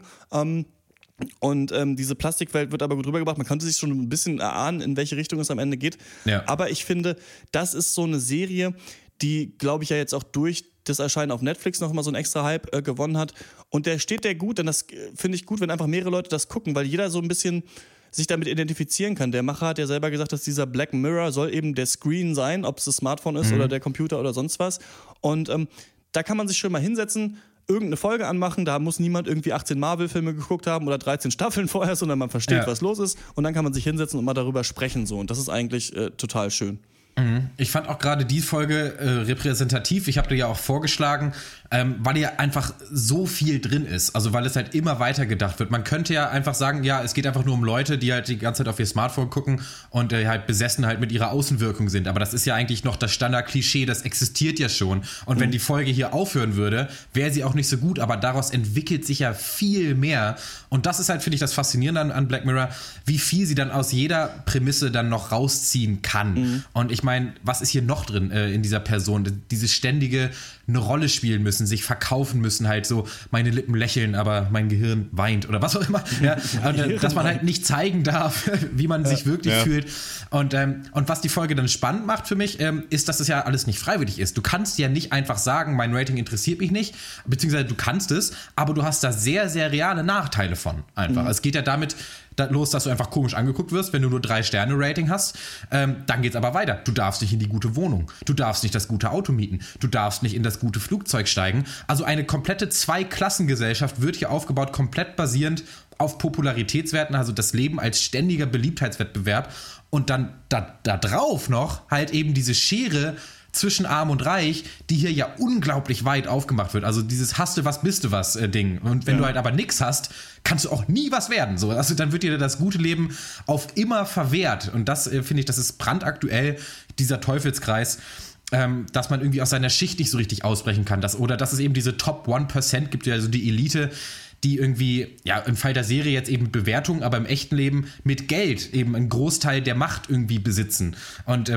Und diese Plastikwelt wird aber gut rübergebracht. Man konnte sich schon ein bisschen erahnen, in welche Richtung es am Ende geht. Ja. Aber ich finde, das ist so eine Serie, die, glaube ich, ja jetzt auch durch das Erscheinen auf Netflix nochmal so einen extra Hype gewonnen hat. Und der steht gut, denn das finde ich gut, wenn einfach mehrere Leute das gucken, weil jeder so ein bisschen sich damit identifizieren kann. Der Macher hat ja selber gesagt, dass dieser Black Mirror soll eben der Screen sein, ob es das Smartphone ist oder der Computer oder sonst was. Und da kann man sich schon mal hinsetzen, irgendeine Folge anmachen, da muss niemand irgendwie 18 Marvel-Filme geguckt haben oder 13 Staffeln vorher, sondern man versteht, was los ist und dann kann man sich hinsetzen und mal darüber sprechen so und das ist eigentlich total schön. Ich fand auch gerade die Folge repräsentativ. Ich habe dir ja auch vorgeschlagen, weil ja einfach so viel drin ist. Also weil es halt immer weiter gedacht wird. Man könnte ja einfach sagen, ja, es geht einfach nur um Leute, die halt die ganze Zeit auf ihr Smartphone gucken und halt besessen halt mit ihrer Außenwirkung sind. Aber das ist ja eigentlich noch das Standard-Klischee, das existiert ja schon. Und wenn die Folge hier aufhören würde, wäre sie auch nicht so gut. Aber daraus entwickelt sich ja viel mehr. Und das ist halt, finde ich, das Faszinierende an Black Mirror, wie viel sie dann aus jeder Prämisse dann noch rausziehen kann. Und ich meine, was ist hier noch drin in dieser Person? Dieses ständige eine Rolle spielen müssen, sich verkaufen müssen, halt so, meine Lippen lächeln, aber mein Gehirn weint oder was auch immer. Ja, dass man halt nicht zeigen darf, wie man sich wirklich fühlt. Und was die Folge dann spannend macht für mich, ist, dass es ja alles nicht freiwillig ist. Du kannst ja nicht einfach sagen, mein Rating interessiert mich nicht, beziehungsweise du kannst es, aber du hast da sehr, sehr reale Nachteile von einfach. Es geht ja damit los, dass du einfach komisch angeguckt wirst, wenn du nur 3-Sterne-Rating hast. Dann geht's aber weiter. Du darfst nicht in die gute Wohnung. Du darfst nicht das gute Auto mieten. Du darfst nicht in das gute Flugzeug steigen. Also eine komplette Zwei-Klassengesellschaft wird hier aufgebaut, komplett basierend auf Popularitätswerten, also das Leben als ständiger Beliebtheitswettbewerb. Und dann da drauf noch halt eben diese Schere zwischen Arm und Reich, die hier ja unglaublich weit aufgemacht wird. Also dieses hast du was, bist du was Ding. Und wenn du halt aber nix hast, kannst du auch nie was werden. So. Also dann wird dir das gute Leben auf immer verwehrt. Und das finde ich, das ist brandaktuell, dieser Teufelskreis, dass man irgendwie aus seiner Schicht nicht so richtig ausbrechen kann. Oder dass es eben diese Top 1% gibt, also die Elite, die irgendwie, ja, im Fall der Serie jetzt eben Bewertungen, aber im echten Leben mit Geld eben einen Großteil der Macht irgendwie besitzen. Und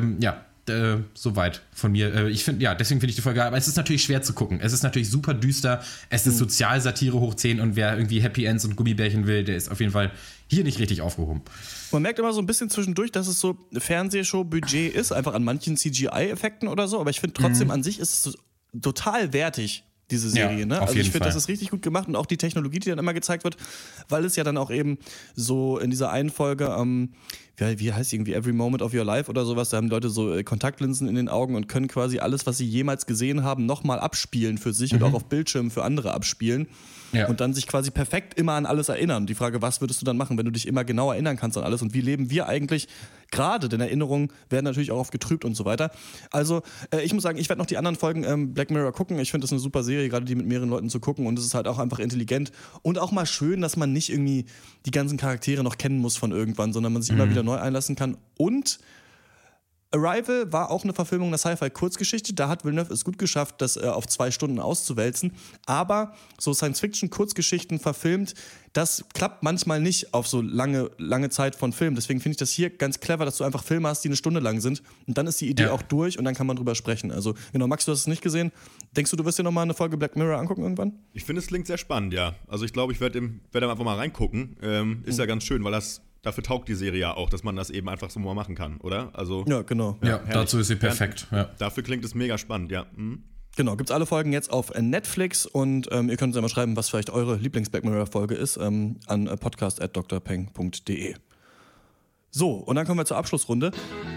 soweit von mir. Ich finde, ja, deswegen finde ich die Folge, aber es ist natürlich schwer zu gucken. Es ist natürlich super düster. Es ist Sozialsatire hoch 10 und wer irgendwie Happy Ends und Gummibärchen will, der ist auf jeden Fall hier nicht richtig aufgehoben. Man merkt immer so ein bisschen zwischendurch, dass es so Fernsehshow-Budget ist, einfach an manchen CGI-Effekten oder so, aber ich finde trotzdem an sich ist es so total wertig, diese Serie, ne? Also ich finde, das ist richtig gut gemacht und auch die Technologie, die dann immer gezeigt wird, weil es ja dann auch eben so in dieser einen Folge, wie heißt die irgendwie, Every Moment of Your Life oder sowas, da haben Leute so Kontaktlinsen in den Augen und können quasi alles, was sie jemals gesehen haben, nochmal abspielen für sich und auch auf Bildschirmen für andere abspielen. Ja. Und dann sich quasi perfekt immer an alles erinnern. Die Frage, was würdest du dann machen, wenn du dich immer genau erinnern kannst an alles und wie leben wir eigentlich gerade, denn Erinnerungen werden natürlich auch oft getrübt und so weiter. Also ich muss sagen, ich werde noch die anderen Folgen Black Mirror gucken. Ich finde das eine super Serie, gerade die mit mehreren Leuten zu gucken und es ist halt auch einfach intelligent und auch mal schön, dass man nicht irgendwie die ganzen Charaktere noch kennen muss von irgendwann, sondern man sich immer wieder neu einlassen kann. Und Arrival war auch eine Verfilmung einer Sci-Fi-Kurzgeschichte. Da hat Villeneuve es gut geschafft, das auf 2 Stunden auszuwälzen. Aber so Science-Fiction-Kurzgeschichten verfilmt, das klappt manchmal nicht auf so lange Zeit von Film. Deswegen finde ich das hier ganz clever, dass du einfach Filme hast, die 1 Stunde lang sind. Und dann ist die Idee auch durch und dann kann man drüber sprechen. Also genau, Max, du hast es nicht gesehen. Denkst du wirst dir nochmal eine Folge Black Mirror angucken irgendwann? Ich finde, es klingt sehr spannend, ja. Also ich glaube, ich werd einfach mal reingucken. Ist ja ganz schön, weil dafür taugt die Serie ja auch, dass man das eben einfach so mal machen kann, oder? Also, ja, genau. Ja, dazu ist sie perfekt. Ja. Dafür klingt es mega spannend, ja. Genau, gibt's alle Folgen jetzt auf Netflix und ihr könnt uns ja mal schreiben, was vielleicht eure Lieblings-Black Mirror-Folge ist, an podcast@drpeng.de. So, und dann kommen wir zur Abschlussrunde.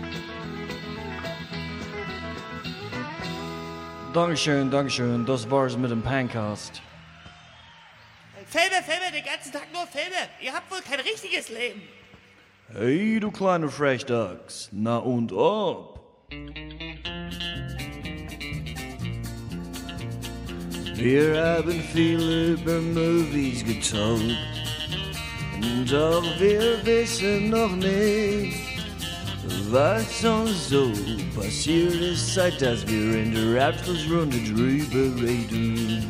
Dankeschön, das war's mit dem Pencast. Filme, den ganzen Tag nur Filme. Ihr habt wohl kein richtiges Leben. Hey, du kleine Frechdachs, na und ob? Wir haben viel über Movies getalkt, doch wir wissen noch nicht, was uns so passiert ist, seit dass wir in der Abschlussrunde drüber reden.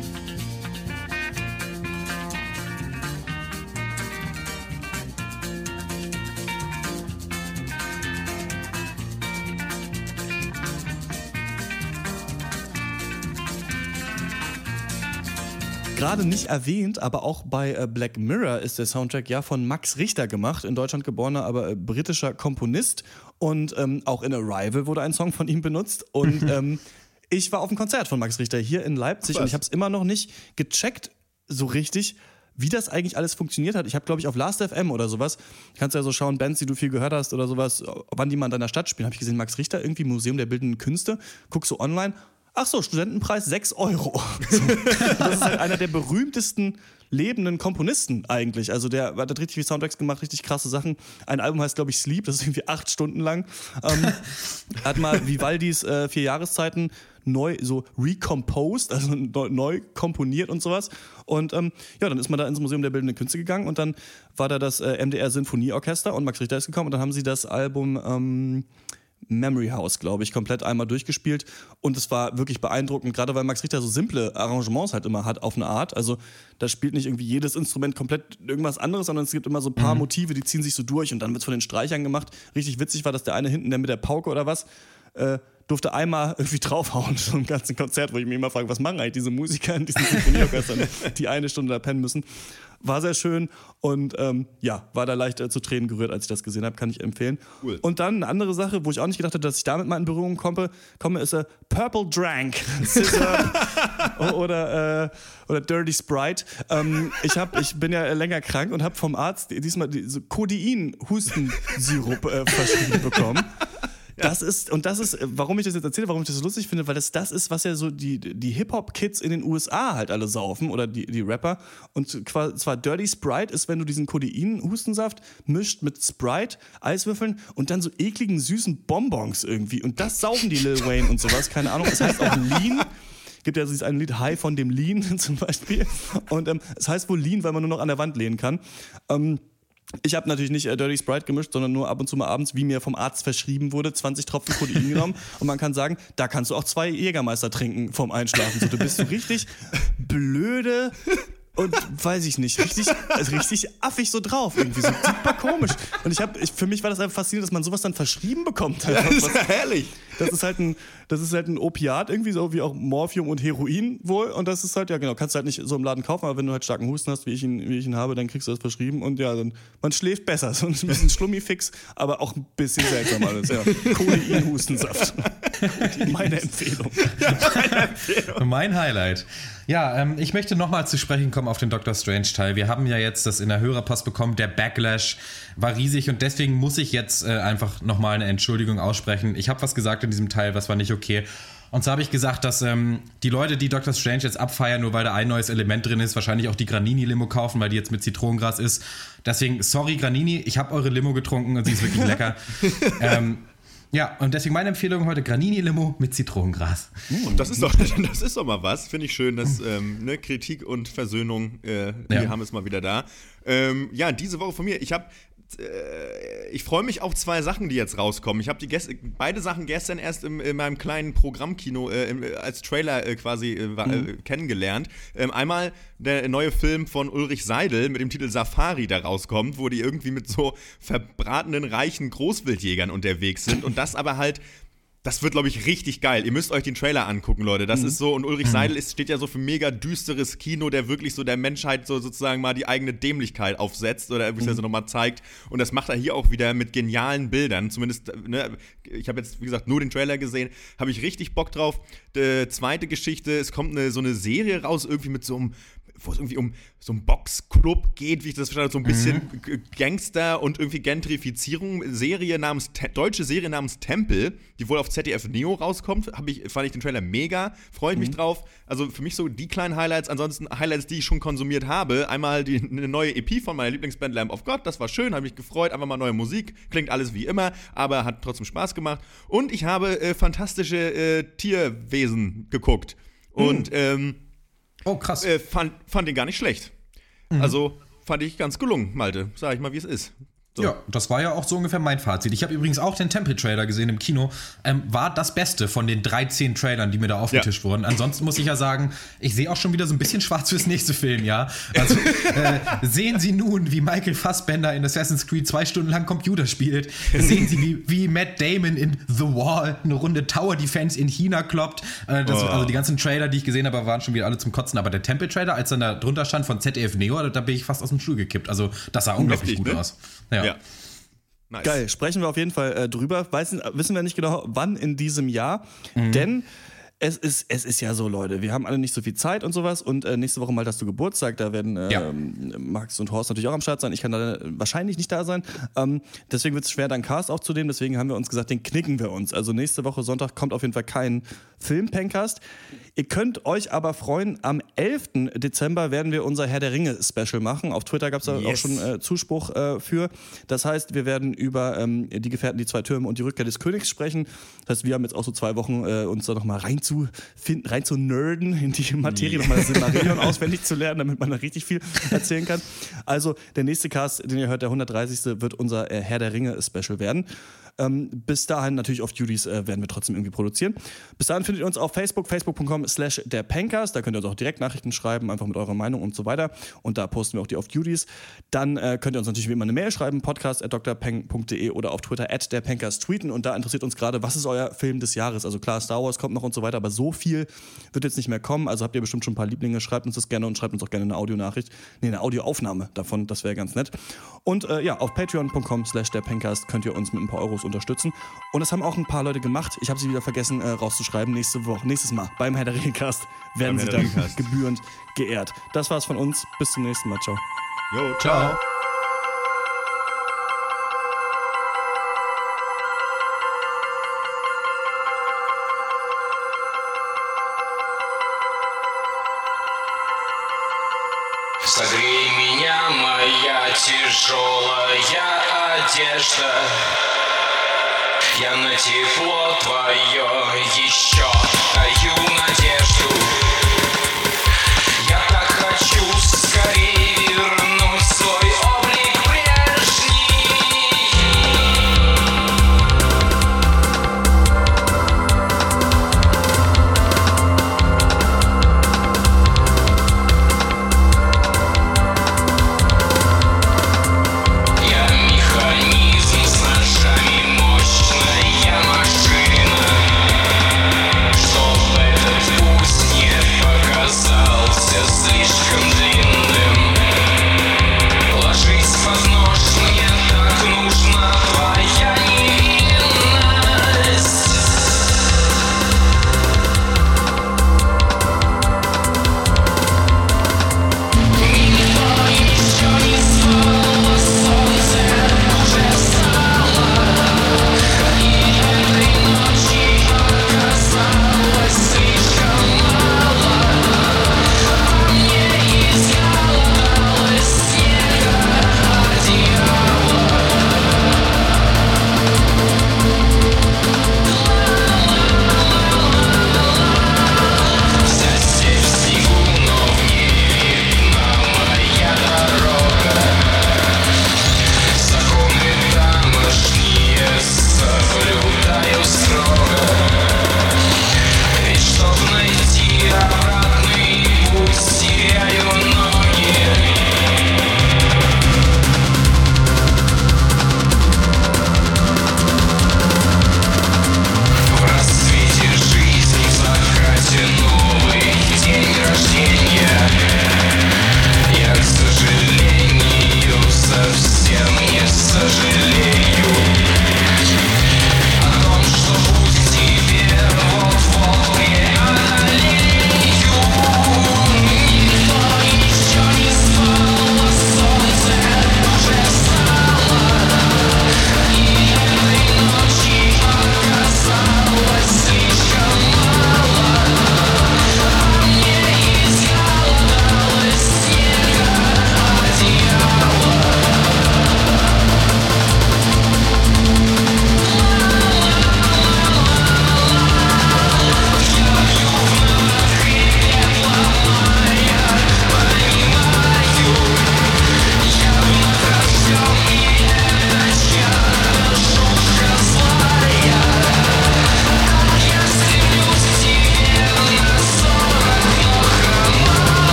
Gerade nicht erwähnt, aber auch bei Black Mirror ist der Soundtrack ja von Max Richter gemacht, in Deutschland geborener, aber britischer Komponist. Und auch in Arrival wurde ein Song von ihm benutzt. Und ich war auf einem Konzert von Max Richter hier in Leipzig und ich habe es immer noch nicht gecheckt, so richtig, wie das eigentlich alles funktioniert hat. Ich habe, glaube ich, auf Last.fm oder sowas, kannst du ja so schauen, Bands, die du viel gehört hast oder sowas, wann die mal in deiner Stadt spielen, habe ich gesehen, Max Richter, irgendwie Museum der Bildenden Künste, guckst du online. Ach so, Studentenpreis 6 €. Das ist halt einer der berühmtesten lebenden Komponisten eigentlich. Also der hat richtig viel Soundtracks gemacht, richtig krasse Sachen. Ein Album heißt, glaube ich, Sleep, das ist irgendwie 8 Stunden lang. Hat mal Vivaldis 4 Jahreszeiten neu so recomposed, also neu komponiert und sowas. Und ja, dann ist man da ins Museum der Bildenden Künste gegangen und dann war da das MDR Sinfonieorchester und Max Richter ist gekommen und dann haben sie das Album Memory House, glaube ich, komplett einmal durchgespielt und es war wirklich beeindruckend, gerade weil Max Richter so simple Arrangements halt immer hat auf eine Art, also da spielt nicht irgendwie jedes Instrument komplett irgendwas anderes, sondern es gibt immer so ein paar Motive, die ziehen sich so durch und dann wird es von den Streichern gemacht. Richtig witzig war, dass der eine hinten, der mit der Pauke oder was, durfte einmal irgendwie draufhauen, so im ganzen Konzert, wo ich mich immer frage, was machen eigentlich diese Musiker in diesen Sinfonieorchestern, die 1 Stunde da pennen müssen. War sehr schön und ja, war da leicht zu Tränen gerührt, als ich das gesehen habe, kann ich empfehlen. Cool. Und dann eine andere Sache, wo ich auch nicht gedacht hätte, dass ich damit mal in Berührung komme ist Purple Drank, Scissor oder Dirty Sprite. Ich bin ja länger krank und habe vom Arzt diesmal so Codein-Hustensirup verschrieben bekommen. Das ist, warum ich das jetzt erzähle, warum ich das so lustig finde, weil das ist, was ja so die Hip-Hop-Kids in den USA halt alle saufen oder die Rapper. Und zwar Dirty Sprite ist, wenn du diesen Codein-Hustensaft mischt mit Sprite, Eiswürfeln und dann so ekligen, süßen Bonbons irgendwie. Und das saufen die Lil Wayne und sowas, keine Ahnung. Das heißt auch Lean. Gibt ja dieses eine Lied, High von dem Lean zum Beispiel. Und es heißt wohl Lean, weil man nur noch an der Wand lehnen kann. Ich habe natürlich nicht Dirty Sprite gemischt, sondern nur ab und zu mal abends, wie mir vom Arzt verschrieben wurde, 20 Tropfen Codein genommen. Und man kann sagen, da kannst du auch 2 Jägermeister trinken vorm Einschlafen. So, du bist so richtig blöde und weiß ich nicht, richtig affig so drauf. Irgendwie so super komisch. Und für mich war das einfach faszinierend, dass man sowas dann verschrieben bekommt. Ja, das ist ja herrlich. Das ist halt ein Opiat, irgendwie so wie auch Morphium und Heroin wohl. Und das ist halt, ja genau, kannst du halt nicht so im Laden kaufen, aber wenn du halt starken Husten hast, wie ich ihn habe, dann kriegst du das verschrieben. Und ja, dann, man schläft besser. So ein bisschen Schlummifix, aber auch ein bisschen seltsam alles. Ja. Codein-Hustensaft. Meine Empfehlung. Mein Highlight. Ja, ich möchte nochmal zu sprechen kommen auf den Doctor Strange-Teil. Wir haben ja jetzt das in der Hörerpost bekommen, der Backlash war riesig und deswegen muss ich jetzt einfach nochmal eine Entschuldigung aussprechen. Ich habe was gesagt in diesem Teil, was war nicht okay. Und so habe ich gesagt, dass die Leute, die Doctor Strange jetzt abfeiern, nur weil da ein neues Element drin ist, wahrscheinlich auch die Granini-Limo kaufen, weil die jetzt mit Zitronengras ist. Deswegen, sorry Granini, ich habe eure Limo getrunken und sie ist wirklich lecker. Ja, und deswegen meine Empfehlung heute Granini-Limo mit Zitronengras. Und das ist doch mal was. Finde ich schön, dass Kritik und Versöhnung, wir haben es mal wieder da. Ja, diese Woche von mir. Ich freue mich auf 2 Sachen, die jetzt rauskommen. Ich habe beide Sachen gestern erst in meinem kleinen Programmkino als Trailer kennengelernt. Einmal der neue Film von Ulrich Seidel mit dem Titel Safari, der rauskommt, wo die irgendwie mit so verbratenen, reichen Großwildjägern unterwegs sind und das aber halt. Das wird, glaube ich, richtig geil. Ihr müsst euch den Trailer angucken, Leute. Das ist so, und Ulrich Seidel steht ja so für mega düsteres Kino, der wirklich so der Menschheit so sozusagen mal die eigene Dämlichkeit aufsetzt oder beziehungsweise nochmal zeigt. Und das macht er hier auch wieder mit genialen Bildern. Zumindest, ich habe jetzt, wie gesagt, nur den Trailer gesehen. Habe ich richtig Bock drauf. Zweite Geschichte, es kommt so eine Serie raus, irgendwie mit so einem, wo es irgendwie um so einen Boxclub geht, wie ich das verstanden habe, so ein bisschen Gangster und irgendwie Gentrifizierung. Deutsche Serie namens Tempel, die wohl auf ZDF Neo rauskommt, fand ich den Trailer mega, freue ich mich drauf. Also für mich so die kleinen Highlights, ansonsten Highlights, die ich schon konsumiert habe. Einmal eine neue EP von meiner Lieblingsband Lamb of God, das war schön, habe mich gefreut, einfach mal neue Musik, klingt alles wie immer, aber hat trotzdem Spaß gemacht. Und ich habe fantastische Tierwesen geguckt und oh, krass. Fand den gar nicht schlecht. Also fand ich ganz gelungen, Malte. Sag ich mal, wie es ist. So. Ja, das war ja auch so ungefähr mein Fazit. Ich habe übrigens auch den Tempel-Trailer gesehen im Kino. War das Beste von den 13 Trailern, die mir da aufgetischt wurden. Ansonsten muss ich ja sagen, ich sehe auch schon wieder so ein bisschen schwarz fürs nächste Film, ja. Also sehen Sie nun, wie Michael Fassbender in Assassin's Creed 2 Stunden lang Computer spielt. Sehen Sie, wie Matt Damon in The Wall eine Runde Tower Defense in China kloppt. Also die ganzen Trailer, die ich gesehen habe, waren schon wieder alle zum Kotzen. Aber der Tempel-Trailer, als dann da drunter stand von ZDF Neo, da bin ich fast aus dem Stuhl gekippt. Also das sah unglaublich gut aus. Ja. Nice. Geil, sprechen wir auf jeden Fall drüber. Wissen wir nicht genau, wann in diesem Jahr, denn es ist ja so, Leute, wir haben alle nicht so viel Zeit und sowas und nächste Woche mal hast du Geburtstag, da werden Max und Horst natürlich auch am Start sein, ich kann da wahrscheinlich nicht da sein, deswegen wird es schwer, dann Cast aufzunehmen, deswegen haben wir uns gesagt, den knicken wir uns, also nächste Woche Sonntag kommt auf jeden Fall kein Film-Pencast. Ihr könnt euch aber freuen, am 11. Dezember werden wir unser Herr der Ringe-Special machen. Auf Twitter gab es da auch schon Zuspruch für. Das heißt, wir werden über die Gefährten, die 2 Türme und die Rückkehr des Königs sprechen. Das heißt, wir haben jetzt auch so 2 Wochen, uns da nochmal rein zu nerden, in die Materie, nochmal das Silmarillion auswendig zu lernen, damit man da richtig viel erzählen kann. Also, der nächste Cast, den ihr hört, der 130. wird unser Herr der Ringe-Special werden. Bis dahin natürlich auf Duties werden wir trotzdem irgendwie produzieren. Bis dahin findet ihr uns auf facebook.com/derpencast. Da könnt ihr uns auch direkt Nachrichten schreiben, einfach mit eurer Meinung und so weiter. Und da posten wir auch die auf Duties. Dann könnt ihr uns natürlich wie immer eine Mail schreiben, podcast@drpeng.de oder auf Twitter @derpencast tweeten. Und da interessiert uns gerade, was ist euer Film des Jahres? Also klar, Star Wars kommt noch und so weiter, aber so viel wird jetzt nicht mehr kommen. Also habt ihr bestimmt schon ein paar Lieblinge, schreibt uns das gerne und schreibt uns auch gerne eine Audionachricht. Eine Audioaufnahme davon, das wäre ganz nett. Und auf patreon.com/derpencast könnt ihr uns mit ein paar Euros unterstützen. Und das haben auch ein paar Leute gemacht. Ich habe sie wieder vergessen rauszuschreiben. Nächstes Mal beim Herr der Ringe-Cast werden sie dann gebührend geehrt. Das war's von uns. Bis zum nächsten Mal. Ciao. Jo, ciao. Согрей меня, моя тяжелая одежда. Я на тепло твое еще